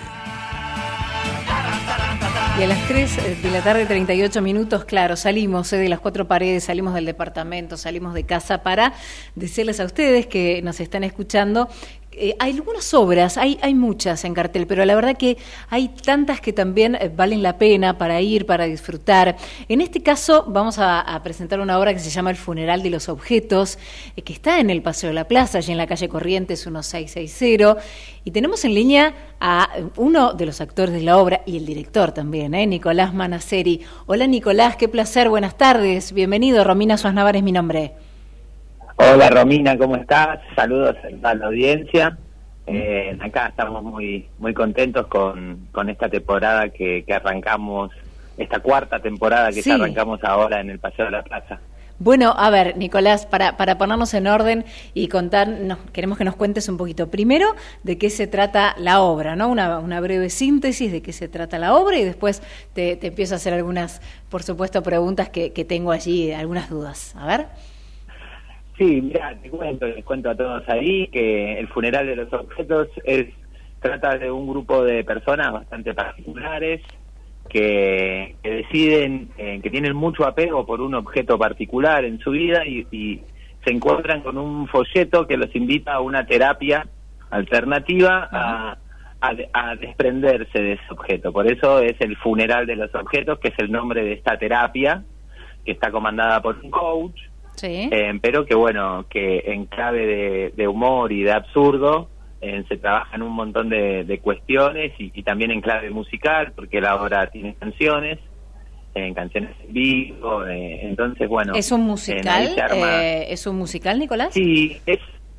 Y a las tres de la tarde, treinta y ocho minutos, claro, salimos eh, de las cuatro paredes, salimos del departamento, salimos de casa para decirles a ustedes que nos están escuchando. Eh, hay algunas obras, hay, hay muchas en cartel, pero la verdad que hay tantas que también eh, valen la pena para ir, para disfrutar. En este caso vamos a, a presentar una obra que se llama El Funeral de los Objetos, eh, que está en el Paseo de la Plaza, allí en la calle Corrientes dieciséis sesenta, y tenemos en línea a uno de los actores de la obra y el director también, eh, Nicolás Manaceri. Hola Nicolás, qué placer, buenas tardes, bienvenido. Romina Suárez Navar es mi nombre. Hola Romina, ¿cómo estás? Saludos a la audiencia. Eh, acá estamos muy muy contentos con, con esta temporada que, que arrancamos, esta cuarta temporada que sí. arrancamos ahora en el Paseo de la Plaza. Bueno, a ver, Nicolás, para, para ponernos en orden y contar, nos, queremos que nos cuentes un poquito primero de qué se trata la obra, ¿no? Una, una breve síntesis de qué se trata la obra y después te, te empiezo a hacer algunas, por supuesto, preguntas que, que tengo allí, algunas dudas. A ver. Sí, mira, te cuento, les cuento a todos ahí que El Funeral de los Objetos es trata de un grupo de personas bastante particulares que, que deciden, eh, que tienen mucho apego por un objeto particular en su vida y, y se encuentran con un folleto que los invita a una terapia alternativa a, a, a desprenderse de ese objeto. Por eso es El Funeral de los Objetos, que es el nombre de esta terapia, que está comandada por un coach. Sí. Eh, pero que bueno, que en clave de, de humor y de absurdo eh, se trabajan un montón de, de cuestiones y, y también en clave musical, porque la obra tiene canciones, en eh, canciones en vivo, eh, entonces bueno. ¿Es un musical? Eh, arma... eh, ¿Es un musical, Nicolás? Sí, es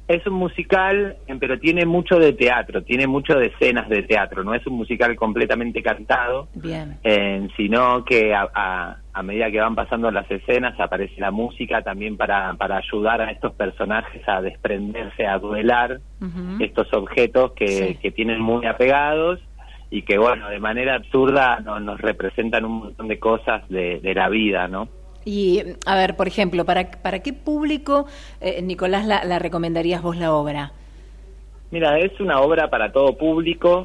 Es un musical, pero tiene mucho de teatro, tiene mucho de escenas de teatro. No es un musical completamente cantado, Bien. eh, sino que a, a, a medida que van pasando las escenas aparece la música también para, para ayudar a estos personajes a desprenderse, a duelar Ujú. estos objetos que, Sí. que tienen muy apegados y que, bueno, de manera absurda no, nos representan un montón de cosas de, de la vida, ¿no? Y, a ver, por ejemplo, ¿para, para qué público, eh, Nicolás, la, la recomendarías vos la obra? Mira, es una obra para todo público,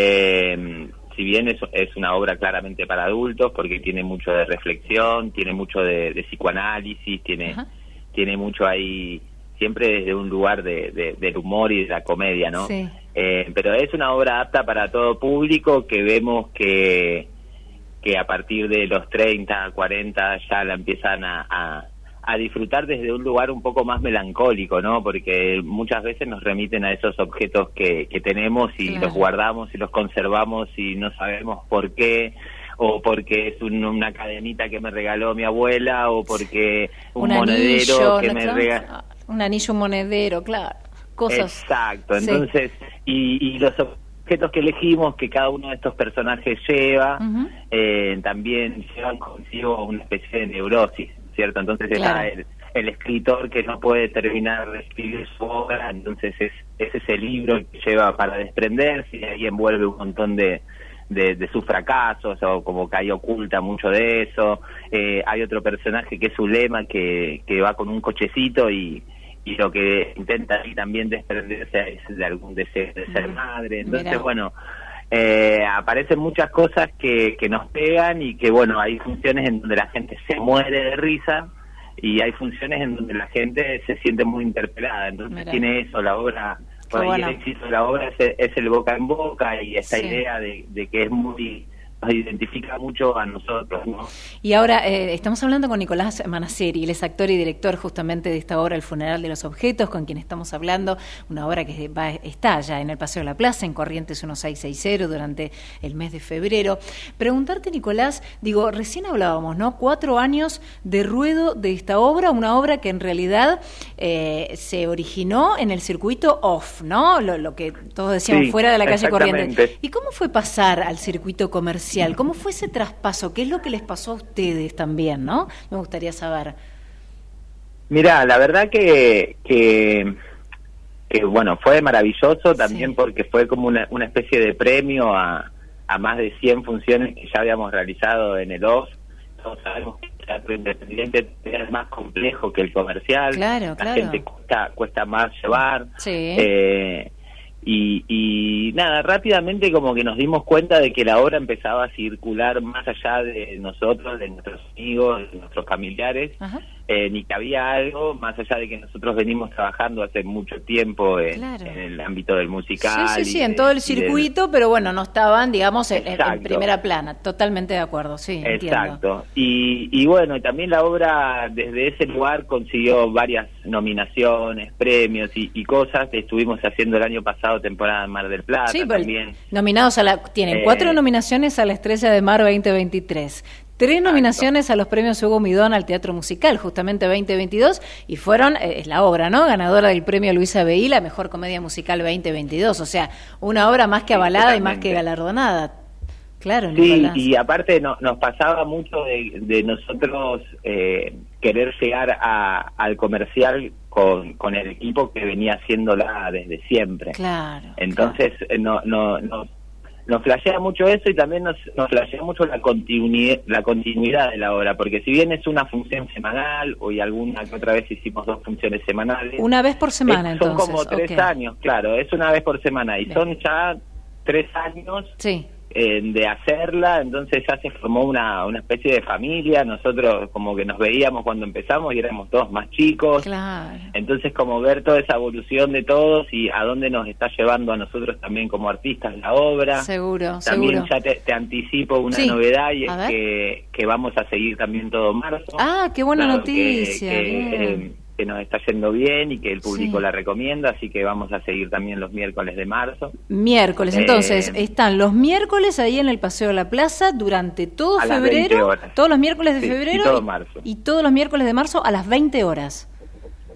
eh, si bien es, es una obra claramente para adultos, porque tiene mucho de reflexión, tiene mucho de, de psicoanálisis, tiene, Ajá. tiene mucho ahí, siempre desde un lugar de, de- del humor y de la comedia, ¿no? Sí. Eh, pero es una obra apta para todo público, que vemos que, que a partir de los treinta, cuarenta ya la empiezan a, a, a disfrutar desde un lugar un poco más melancólico, ¿no? Porque muchas veces nos remiten a esos objetos que, que tenemos y Claro. los guardamos y los conservamos y no sabemos por qué, o porque es un- una cadenita que me regaló mi abuela, o porque un, monedero anillo, que ¿no? me Claro. regaló. Un anillo, un monedero, claro. Cosas. Exacto, Sí. entonces, y, y los objetos que elegimos, que cada uno de estos personajes lleva, Ujú. eh, también llevan consigo una especie de neurosis, ¿cierto? Entonces Claro. está el, el escritor que no puede terminar de escribir su obra, entonces es, es ese libro que lleva para desprenderse, y ahí envuelve un montón de, de, de sus fracasos, o como que ahí oculta mucho de eso. Eh, hay otro personaje que es Zulema, que, que va con un cochecito y y lo que intenta ahí también desprenderse es de algún deseo de ser madre. Entonces, Mirá. bueno, eh, aparecen muchas cosas que, que nos pegan, y que, bueno, hay funciones en donde la gente se muere de risa y hay funciones en donde la gente se siente muy interpelada. Entonces Mirá. tiene eso, la obra, Qué por ahí bueno. el éxito de la obra es, es el boca en boca, y esta Sí. idea de, de que es muy, nos identifica mucho a nosotros, ¿no? Y ahora eh, estamos hablando con Nicolás Manasseri, él es actor y director justamente de esta obra El funeral de los objetos, con quien estamos hablando, una obra que va, está ya en el Paseo de la Plaza, en Corrientes dieciséis sesenta, durante el mes de febrero. Preguntarte, Nicolás, digo, recién hablábamos, ¿no? Cuatro años de ruedo de esta obra, una obra que en realidad eh, se originó en el circuito off, ¿no? Lo, lo que todos decíamos, Sí, fuera de la calle exactamente. Corrientes. ¿Y cómo fue pasar al circuito comercial? ¿Cómo fue ese traspaso? ¿Qué es lo que les pasó a ustedes también, no? Me gustaría saber. Mira, la verdad que, que, que, bueno, fue maravilloso también, porque fue como una, una especie de premio a, a más de cien funciones que ya habíamos realizado en el O F. Todos sabemos que el teatro independiente es más complejo que el comercial. Claro, la claro. gente cuesta, cuesta más llevar. Sí. Eh, y, y nada, rápidamente como que nos dimos cuenta de que la obra empezaba a circular más allá de nosotros, de nuestros amigos, de nuestros familiares, Ajá. eh, ni que había algo, más allá de que nosotros venimos trabajando hace mucho tiempo en, Claro. en el ámbito del musical. Sí, sí, sí, y en de- todo el y del- circuito, pero bueno, no estaban, digamos, en, en- en Exacto. primera plana. Totalmente de acuerdo, sí, entiendo. Exacto. Y, y bueno, también la obra desde ese lugar consiguió varias nominaciones, premios y, y cosas que estuvimos haciendo el año pasado, temporada en Mar del Plata Sí, pero también. nominados a la, tienen Eh, cuatro nominaciones a la Estrella de Mar veinte veintitrés, tres nominaciones a los premios Hugo Midón al Teatro Musical, justamente veinte veintidós, y fueron, eh, es la obra, ¿no? Ganadora del premio Luisa Beí, la mejor comedia musical veinte veintidós, o sea, una obra más que avalada y más que totalmente. galardonada. Claro, Sí, Nicolás. y aparte no- nos pasaba mucho de, de nosotros eh, querer llegar a, al comercial con, con el equipo que venía haciéndola desde siempre. Claro. Entonces eh, no, no, no- nos flashea mucho eso, y también nos, nos flashea mucho la continuidad, la continuidad de la obra, porque si bien es una función semanal, o y alguna que otra vez hicimos dos funciones semanales, Una vez por semana, es- son entonces. como tres ok. años, claro, es una vez por semana, y son ya tres años Sí. eh, de hacerla, entonces ya se formó una, una especie de familia. Nosotros como que nos veíamos cuando empezamos y éramos todos más chicos, Claro. entonces como ver toda esa evolución de todos y a dónde nos está llevando a nosotros también como artistas la obra. Seguro, También seguro. ya te, te anticipo una Sí, novedad, y es a ver. que, que vamos a seguir también todo marzo. Ah, qué buena Claro, que- noticia. que, bien. eh, que nos está yendo bien y que el público Sí. la recomienda, así que vamos a seguir también los miércoles de marzo. Miércoles, Eh, entonces, están los miércoles ahí en el Paseo de la Plaza durante todo A las febrero, veinte horas. todos los miércoles de Sí, y febrero todo marzo. y todos los miércoles de marzo a las veinte horas.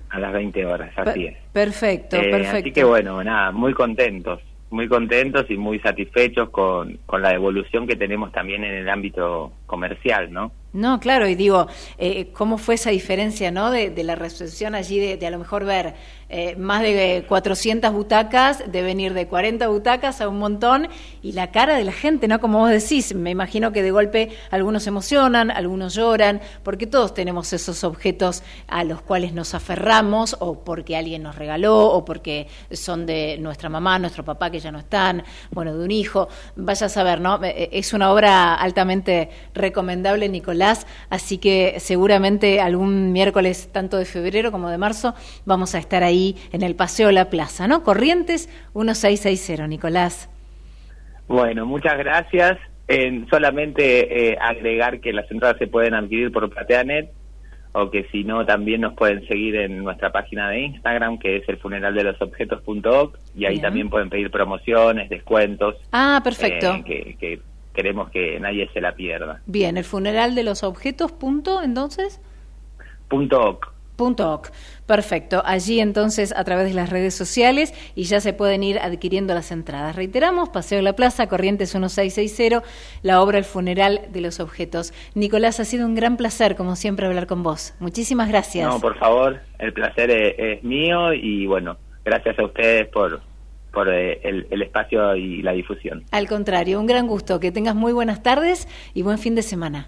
a las veinte horas, así es. Perfecto, Eh, perfecto. Así que bueno, nada, muy contentos, muy contentos y muy satisfechos con, con la evolución que tenemos también en el ámbito comercial, ¿no? No, claro, y digo, eh, ¿cómo fue esa diferencia, no, de, de la recepción allí, de, de a lo mejor ver eh, más de cuatrocientas butacas, de venir de cuarenta butacas a un montón, y la cara de la gente, ¿no? Como vos decís, me imagino que de golpe algunos se emocionan, algunos lloran, porque todos tenemos esos objetos a los cuales nos aferramos, o porque alguien nos regaló, o porque son de nuestra mamá, nuestro papá, que ya no están, bueno, de un hijo, vaya a saber, ¿no? Es una obra altamente recomendable, Nicolás. Así que seguramente algún miércoles, tanto de febrero como de marzo, vamos a estar ahí en el Paseo La Plaza, ¿no? Corrientes dieciséis sesenta, Nicolás. Bueno, muchas gracias. En solamente eh, agregar que las entradas se pueden adquirir por Plateanet, o que si no también nos pueden seguir en nuestra página de Instagram, que es el funeral de los objetos punto org, y ahí Bien. también pueden pedir promociones, descuentos. Ah, perfecto. eh, que, que queremos que nadie se la pierda. Bien, el funeral de los objetos, punto, entonces... Punto org. Punto .oc. Perfecto. Allí entonces a través de las redes sociales y ya se pueden ir adquiriendo las entradas. Reiteramos, Paseo de la Plaza, Corrientes dieciséis sesenta, la obra El funeral de los objetos. Nicolás, ha sido un gran placer, como siempre, hablar con vos. Muchísimas gracias. No, por favor, el placer es, es mío y bueno, gracias a ustedes por, por eh, el, el espacio y la difusión. Al contrario, un gran gusto. Que tengas muy buenas tardes y buen fin de semana.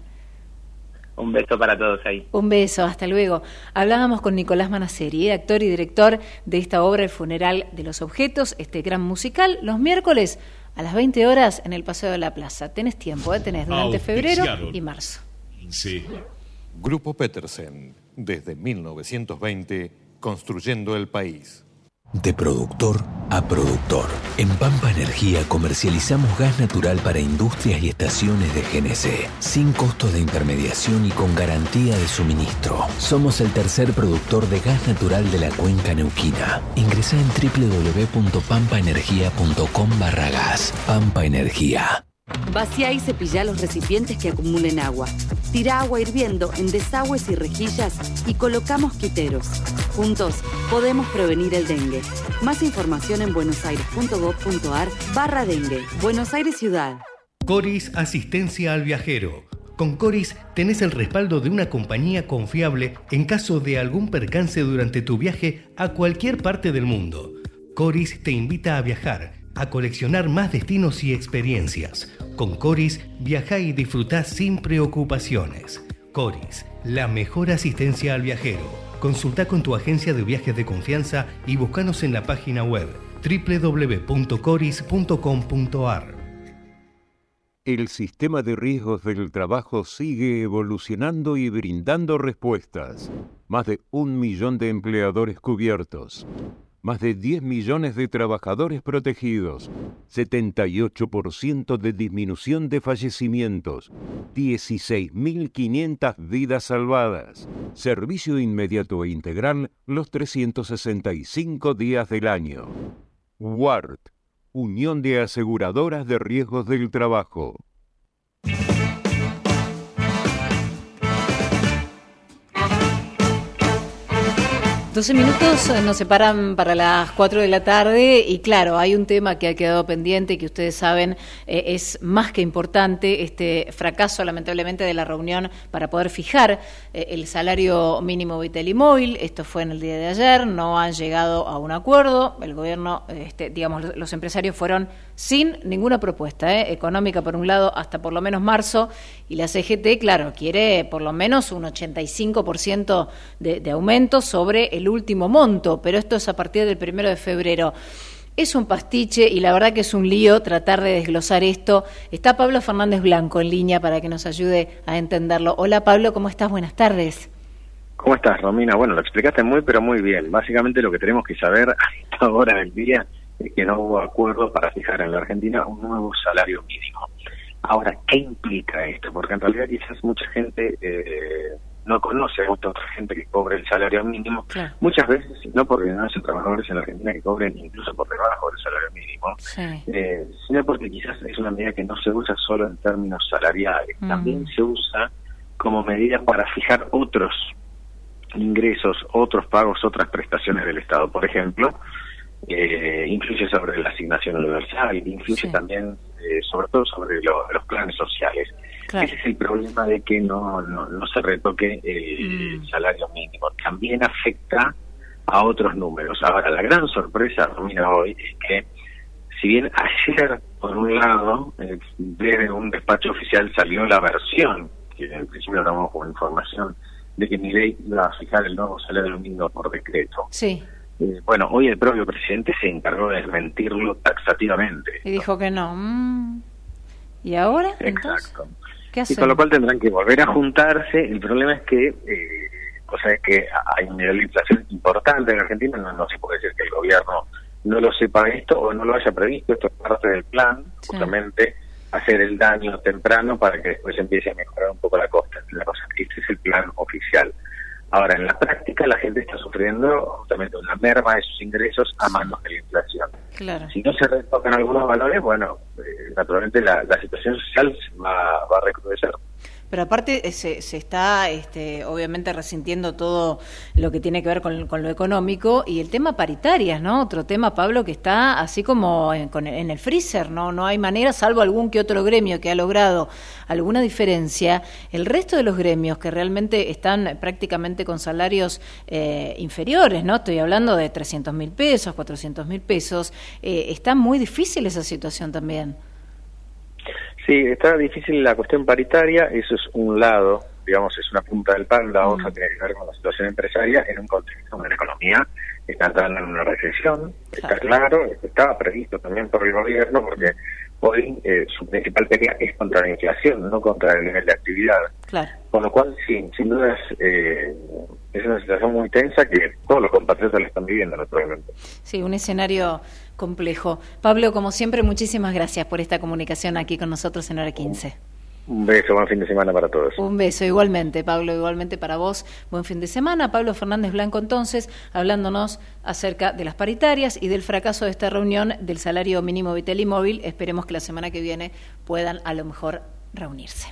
Un beso para todos ahí. Un beso, hasta luego. Hablábamos con Nicolás Manaceri, actor y director de esta obra El funeral de los objetos, este gran musical, los miércoles a las veinte horas en el Paseo de la Plaza. Tenés tiempo, ¿eh? Tenés durante febrero y marzo. Sí. Grupo Petersen, desde mil novecientos veinte, construyendo el país. De productor a productor. En Pampa Energía comercializamos gas natural para industrias y estaciones de G N C, sin costos de intermediación y con garantía de suministro. Somos el tercer productor de gas natural de la cuenca neuquina. Ingresá en doble u doble u doble u punto pampa energía punto com barra gas. Pampa Energía. Vacía y cepilla los recipientes que acumulen agua. Tira agua hirviendo en desagües y rejillas y coloca mosquiteros. Juntos podemos prevenir el dengue. Más información en buenosaires.gov.ar barra dengue. Buenos Aires Ciudad. Coris Asistencia al Viajero. Con Coris tenés el respaldo de una compañía confiable en caso de algún percance durante tu viaje a cualquier parte del mundo. Coris te invita a viajar, a coleccionar más destinos y experiencias. Con Coris, viajá y disfrutá sin preocupaciones. Coris, la mejor asistencia al viajero. Consultá con tu agencia de viajes de confianza y búscanos en la página web doble u doble u doble u punto coris punto com punto ar. El sistema de riesgos del trabajo sigue evolucionando y brindando respuestas. Más de un millón de empleadores cubiertos. Más de diez millones de trabajadores protegidos, setenta y ocho por ciento de disminución de fallecimientos, dieciséis mil quinientas vidas salvadas, servicio inmediato e integral los trescientos sesenta y cinco días del año. W A R T, Unión de Aseguradoras de Riesgos del Trabajo. doce minutos nos separan para las cuatro de la tarde y claro, hay un tema que ha quedado pendiente que ustedes saben eh, es más que importante, este fracaso lamentablemente de la reunión para poder fijar eh, el salario mínimo vital y móvil. Esto fue en el día de ayer, no han llegado a un acuerdo, el gobierno, este, digamos, los empresarios fueron sin ninguna propuesta eh, económica por un lado hasta por lo menos marzo y la C G T, claro, quiere por lo menos un ochenta y cinco por ciento de, de aumento sobre el el último monto, pero esto es a partir del primero de febrero. Es un pastiche y la verdad que es un lío tratar de desglosar esto. Está Pablo Fernández Blanco en línea para que nos ayude a entenderlo. Hola Pablo, ¿cómo estás? Buenas tardes. ¿Cómo estás, Romina? Bueno, lo explicaste muy, pero muy bien. Básicamente lo que tenemos que saber a esta hora del día es que no hubo acuerdo para fijar en la Argentina un nuevo salario mínimo. Ahora, ¿qué implica esto? Porque en realidad quizás mucha gente eh, no conoce a mucha otra gente que cobre el salario mínimo. Claro. Muchas veces, no porque no haya trabajadores en la Argentina que cobren incluso por debajo del salario mínimo, sí. eh, sino porque quizás es una medida que no se usa solo en términos salariales, mm. también se usa como medida para fijar otros ingresos, otros pagos, otras prestaciones del Estado. Por ejemplo, eh, influye sobre la asignación universal, influye sí. también, eh, sobre todo, sobre lo, los planes sociales. Claro. Ese es el problema de que no, no, no se retoque el mm. salario mínimo. También afecta a otros números. Ahora, la gran sorpresa, Romina, hoy es que, si bien ayer, por un lado, eh, desde un despacho oficial salió la versión, que en principio lo tomamos como información, de que Milei iba a fijar el nuevo salario mínimo por decreto. Sí. Eh, bueno, hoy el propio presidente se encargó de desmentirlo taxativamente. Y dijo que no. Mm. ¿Y ahora? Exacto. Entonces, ¿qué hacen? Y con lo cual tendrán que volver a juntarse. El problema es que, eh, o sea, es que hay un nivel de inflación importante en Argentina. No, no se puede decir que el gobierno no lo sepa esto o no lo haya previsto. Esto es parte del plan, sí. justamente hacer el daño temprano para que después empiece a mejorar un poco la costa. La cosa, este es el plan oficial. Ahora, en la práctica, la gente está sufriendo justamente una merma de sus ingresos a manos de la inflación. Claro. Si no se retocan algunos valores, bueno, eh, naturalmente la, la situación social va, va a recrudecer. Pero aparte se, se está este, obviamente resintiendo todo lo que tiene que ver con, con lo económico y el tema paritarias, ¿no? Otro tema, Pablo, que está así como en, con, en el freezer, ¿no? No hay manera, salvo algún que otro gremio que ha logrado alguna diferencia. El resto de los gremios que realmente están prácticamente con salarios eh, inferiores, ¿no? Estoy hablando de trescientos mil pesos, cuatrocientos mil pesos. Eh, está muy difícil esa situación también. Sí, está difícil la cuestión paritaria, eso es un lado, digamos, es una punta del pan, la otra mm. tiene que ver con la situación empresaria en un contexto donde la economía está entrando en una recesión, está claro, estaba previsto también por el gobierno, porque hoy eh, su principal pelea es contra la inflación, no contra el nivel de actividad. Claro. Con lo cual, sí, sin duda es, eh, es una situación muy tensa que todos los compatriotas la están viviendo, naturalmente. Sí, un escenario complejo. Pablo, como siempre, muchísimas gracias por esta comunicación aquí con nosotros en Hora quince. Un beso, buen fin de semana para todos. Un beso, igualmente, Pablo, igualmente para vos. Buen fin de semana. Pablo Fernández Blanco, entonces, hablándonos acerca de las paritarias y del fracaso de esta reunión del salario mínimo vital y móvil. Esperemos que la semana que viene puedan, a lo mejor, reunirse.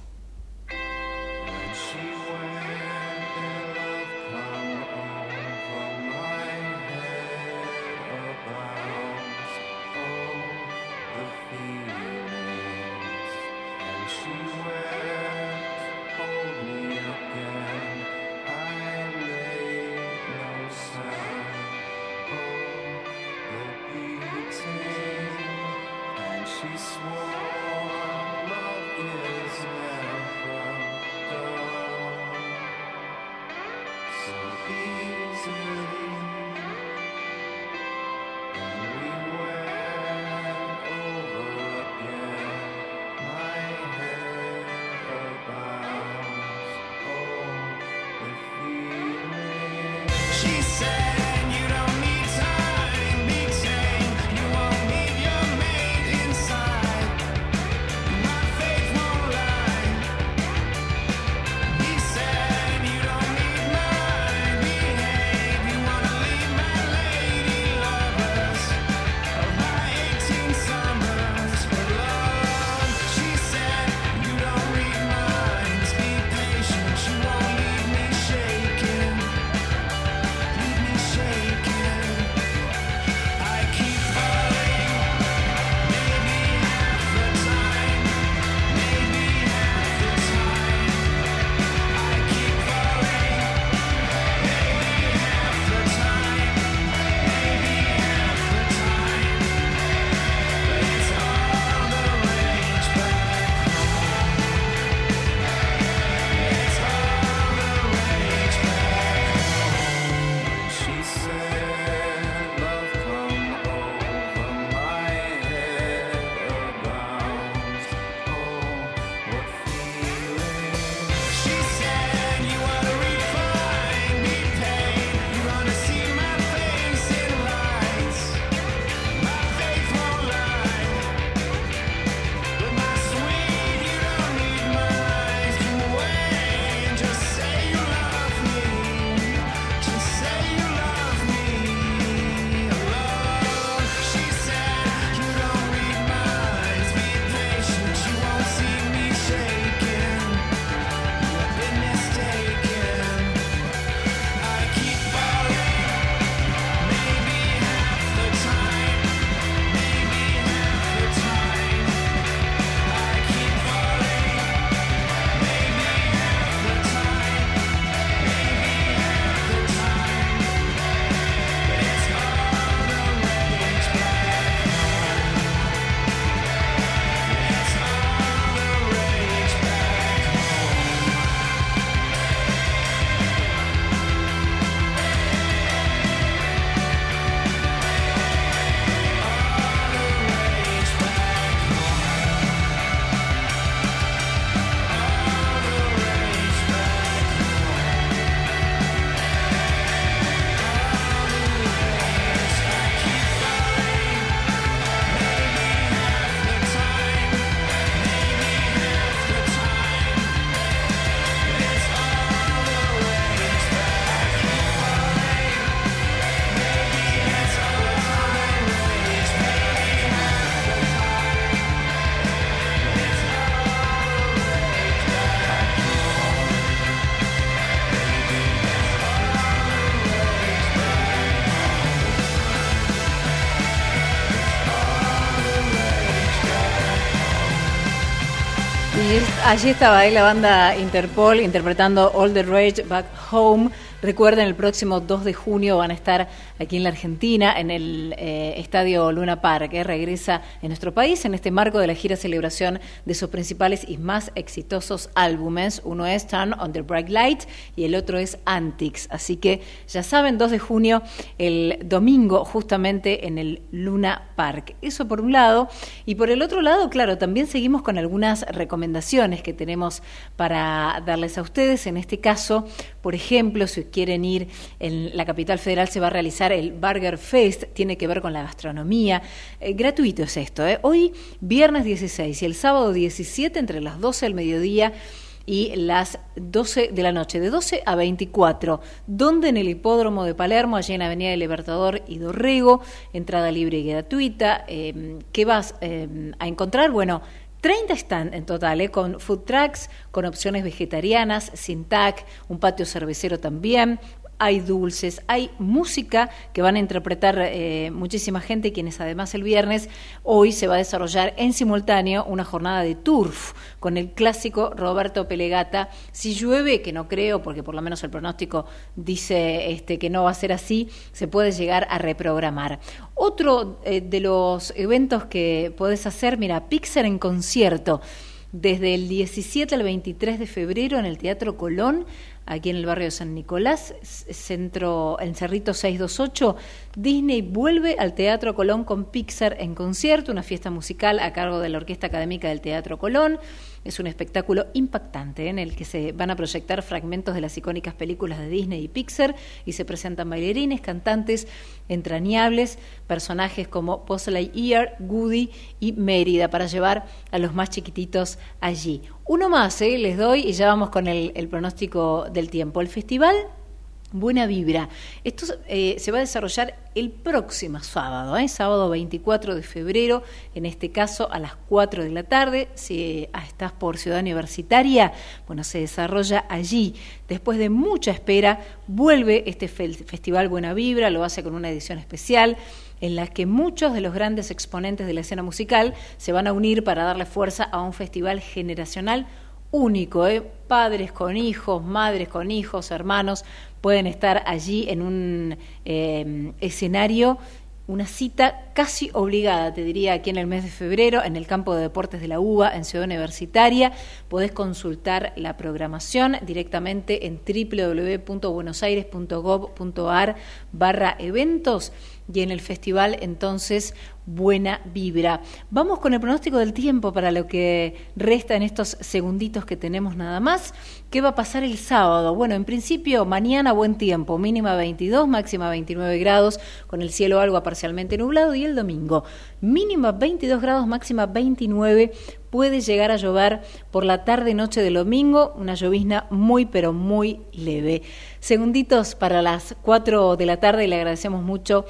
Allí, allí estaba eh, la banda Interpol interpretando All the Rage Back Home. Recuerden, el próximo dos de junio van a estar aquí en la Argentina, en el eh, Estadio Luna Park, que regresa en nuestro país en este marco de la gira celebración de sus principales y más exitosos álbumes. Uno es Turn on the Bright Light y el otro es Antics. Así que ya saben, dos de junio, el domingo, justamente en el Luna Park. Eso por un lado. Y por el otro lado, claro, también seguimos con algunas recomendaciones que tenemos para darles a ustedes. En este caso, por ejemplo, si quieren ir, en la capital federal se va a realizar el Burger Fest, tiene que ver con la gastronomía. Eh, gratuito es esto, ¿eh? Hoy, viernes dieciséis y el sábado diecisiete, entre las doce del mediodía y las doce de la noche, de doce a veinticuatro, donde en el hipódromo de Palermo, allí en Avenida del Libertador y Dorrego, entrada libre y gratuita. Eh, ¿Qué vas eh, a encontrar? Bueno, treinta están en total, ¿eh? Con food trucks, con opciones vegetarianas, sin T A C, un patio cervecero también. Hay dulces, hay música que van a interpretar eh, muchísima gente, quienes además el viernes, hoy se va a desarrollar en simultáneo una jornada de turf con el clásico Roberto Pelegata. Si llueve, que no creo, porque por lo menos el pronóstico dice este, que no va a ser así, se puede llegar a reprogramar. Otro eh, de los eventos que podés hacer, mira, Pixar en concierto, desde el diecisiete al veintitrés de febrero en el Teatro Colón, aquí en el barrio de San Nicolás, centro en Cerrito seiscientos veintiocho, Disney vuelve al Teatro Colón con Pixar en concierto, una fiesta musical a cargo de la Orquesta Académica del Teatro Colón. Es un espectáculo impactante, ¿eh? En el que se van a proyectar fragmentos de las icónicas películas de Disney y Pixar y se presentan bailarines, cantantes entrañables, personajes como Buzz Lightyear, Woody y Mérida para llevar a los más chiquititos allí. Uno más, ¿eh? Les doy y ya vamos con el, el pronóstico del tiempo. El festival Buena Vibra. Esto eh, se va a desarrollar el próximo sábado, ¿eh? sábado veinticuatro de febrero, en este caso a las cuatro de la tarde. Si ah, estás por Ciudad Universitaria, bueno, se desarrolla allí. Después de mucha espera, vuelve este fe- Festival Buena Vibra, lo hace con una edición especial, en la que muchos de los grandes exponentes de la escena musical se van a unir para darle fuerza a un festival generacional único, ¿eh? Padres con hijos, madres con hijos, hermanos, pueden estar allí en un eh, escenario, una cita casi obligada, te diría, aquí en el mes de febrero, en el campo de deportes de la U B A, en Ciudad Universitaria. Podés consultar la programación directamente en doble u doble u doble u punto buenosaires punto gov punto ar barra eventos y en el festival, entonces, Buena Vibra. Vamos con el pronóstico del tiempo para lo que resta en estos segunditos que tenemos nada más. ¿Qué va a pasar el sábado? Bueno, en principio, mañana buen tiempo, mínima veintidós, máxima veintinueve grados, con el cielo algo parcialmente nublado, y el domingo, mínima veintidós grados, máxima veintinueve. Puede llegar a llover por la tarde-noche del domingo, una llovizna muy pero muy leve. Segunditos para las cuatro de la tarde, y le agradecemos mucho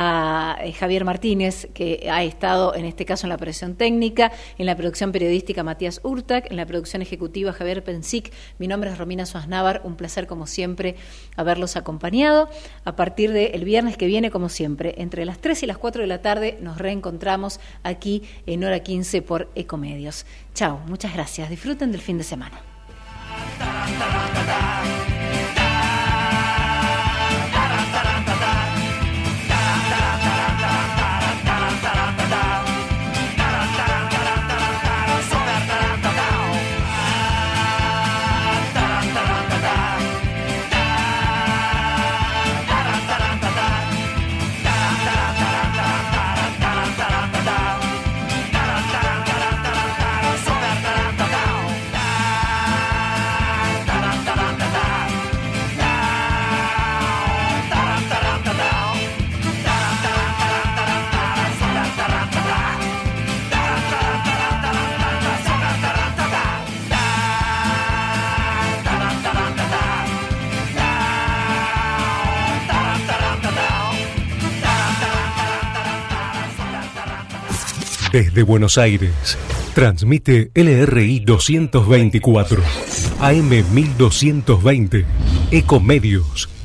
a Javier Martínez, que ha estado en este caso en la operación técnica, en la producción periodística Matías Urtac, en la producción ejecutiva Javier Pensic. Mi nombre es Romina Suaznávar, un placer como siempre haberlos acompañado. A partir del viernes que viene, como siempre, entre las tres y las cuatro de la tarde nos reencontramos aquí en Hora quince por Ecomedios. Chao, muchas gracias. Disfruten del fin de semana. Desde Buenos Aires, transmite L R I doscientos veinticuatro, A M mil doscientos veinte, Ecomedios.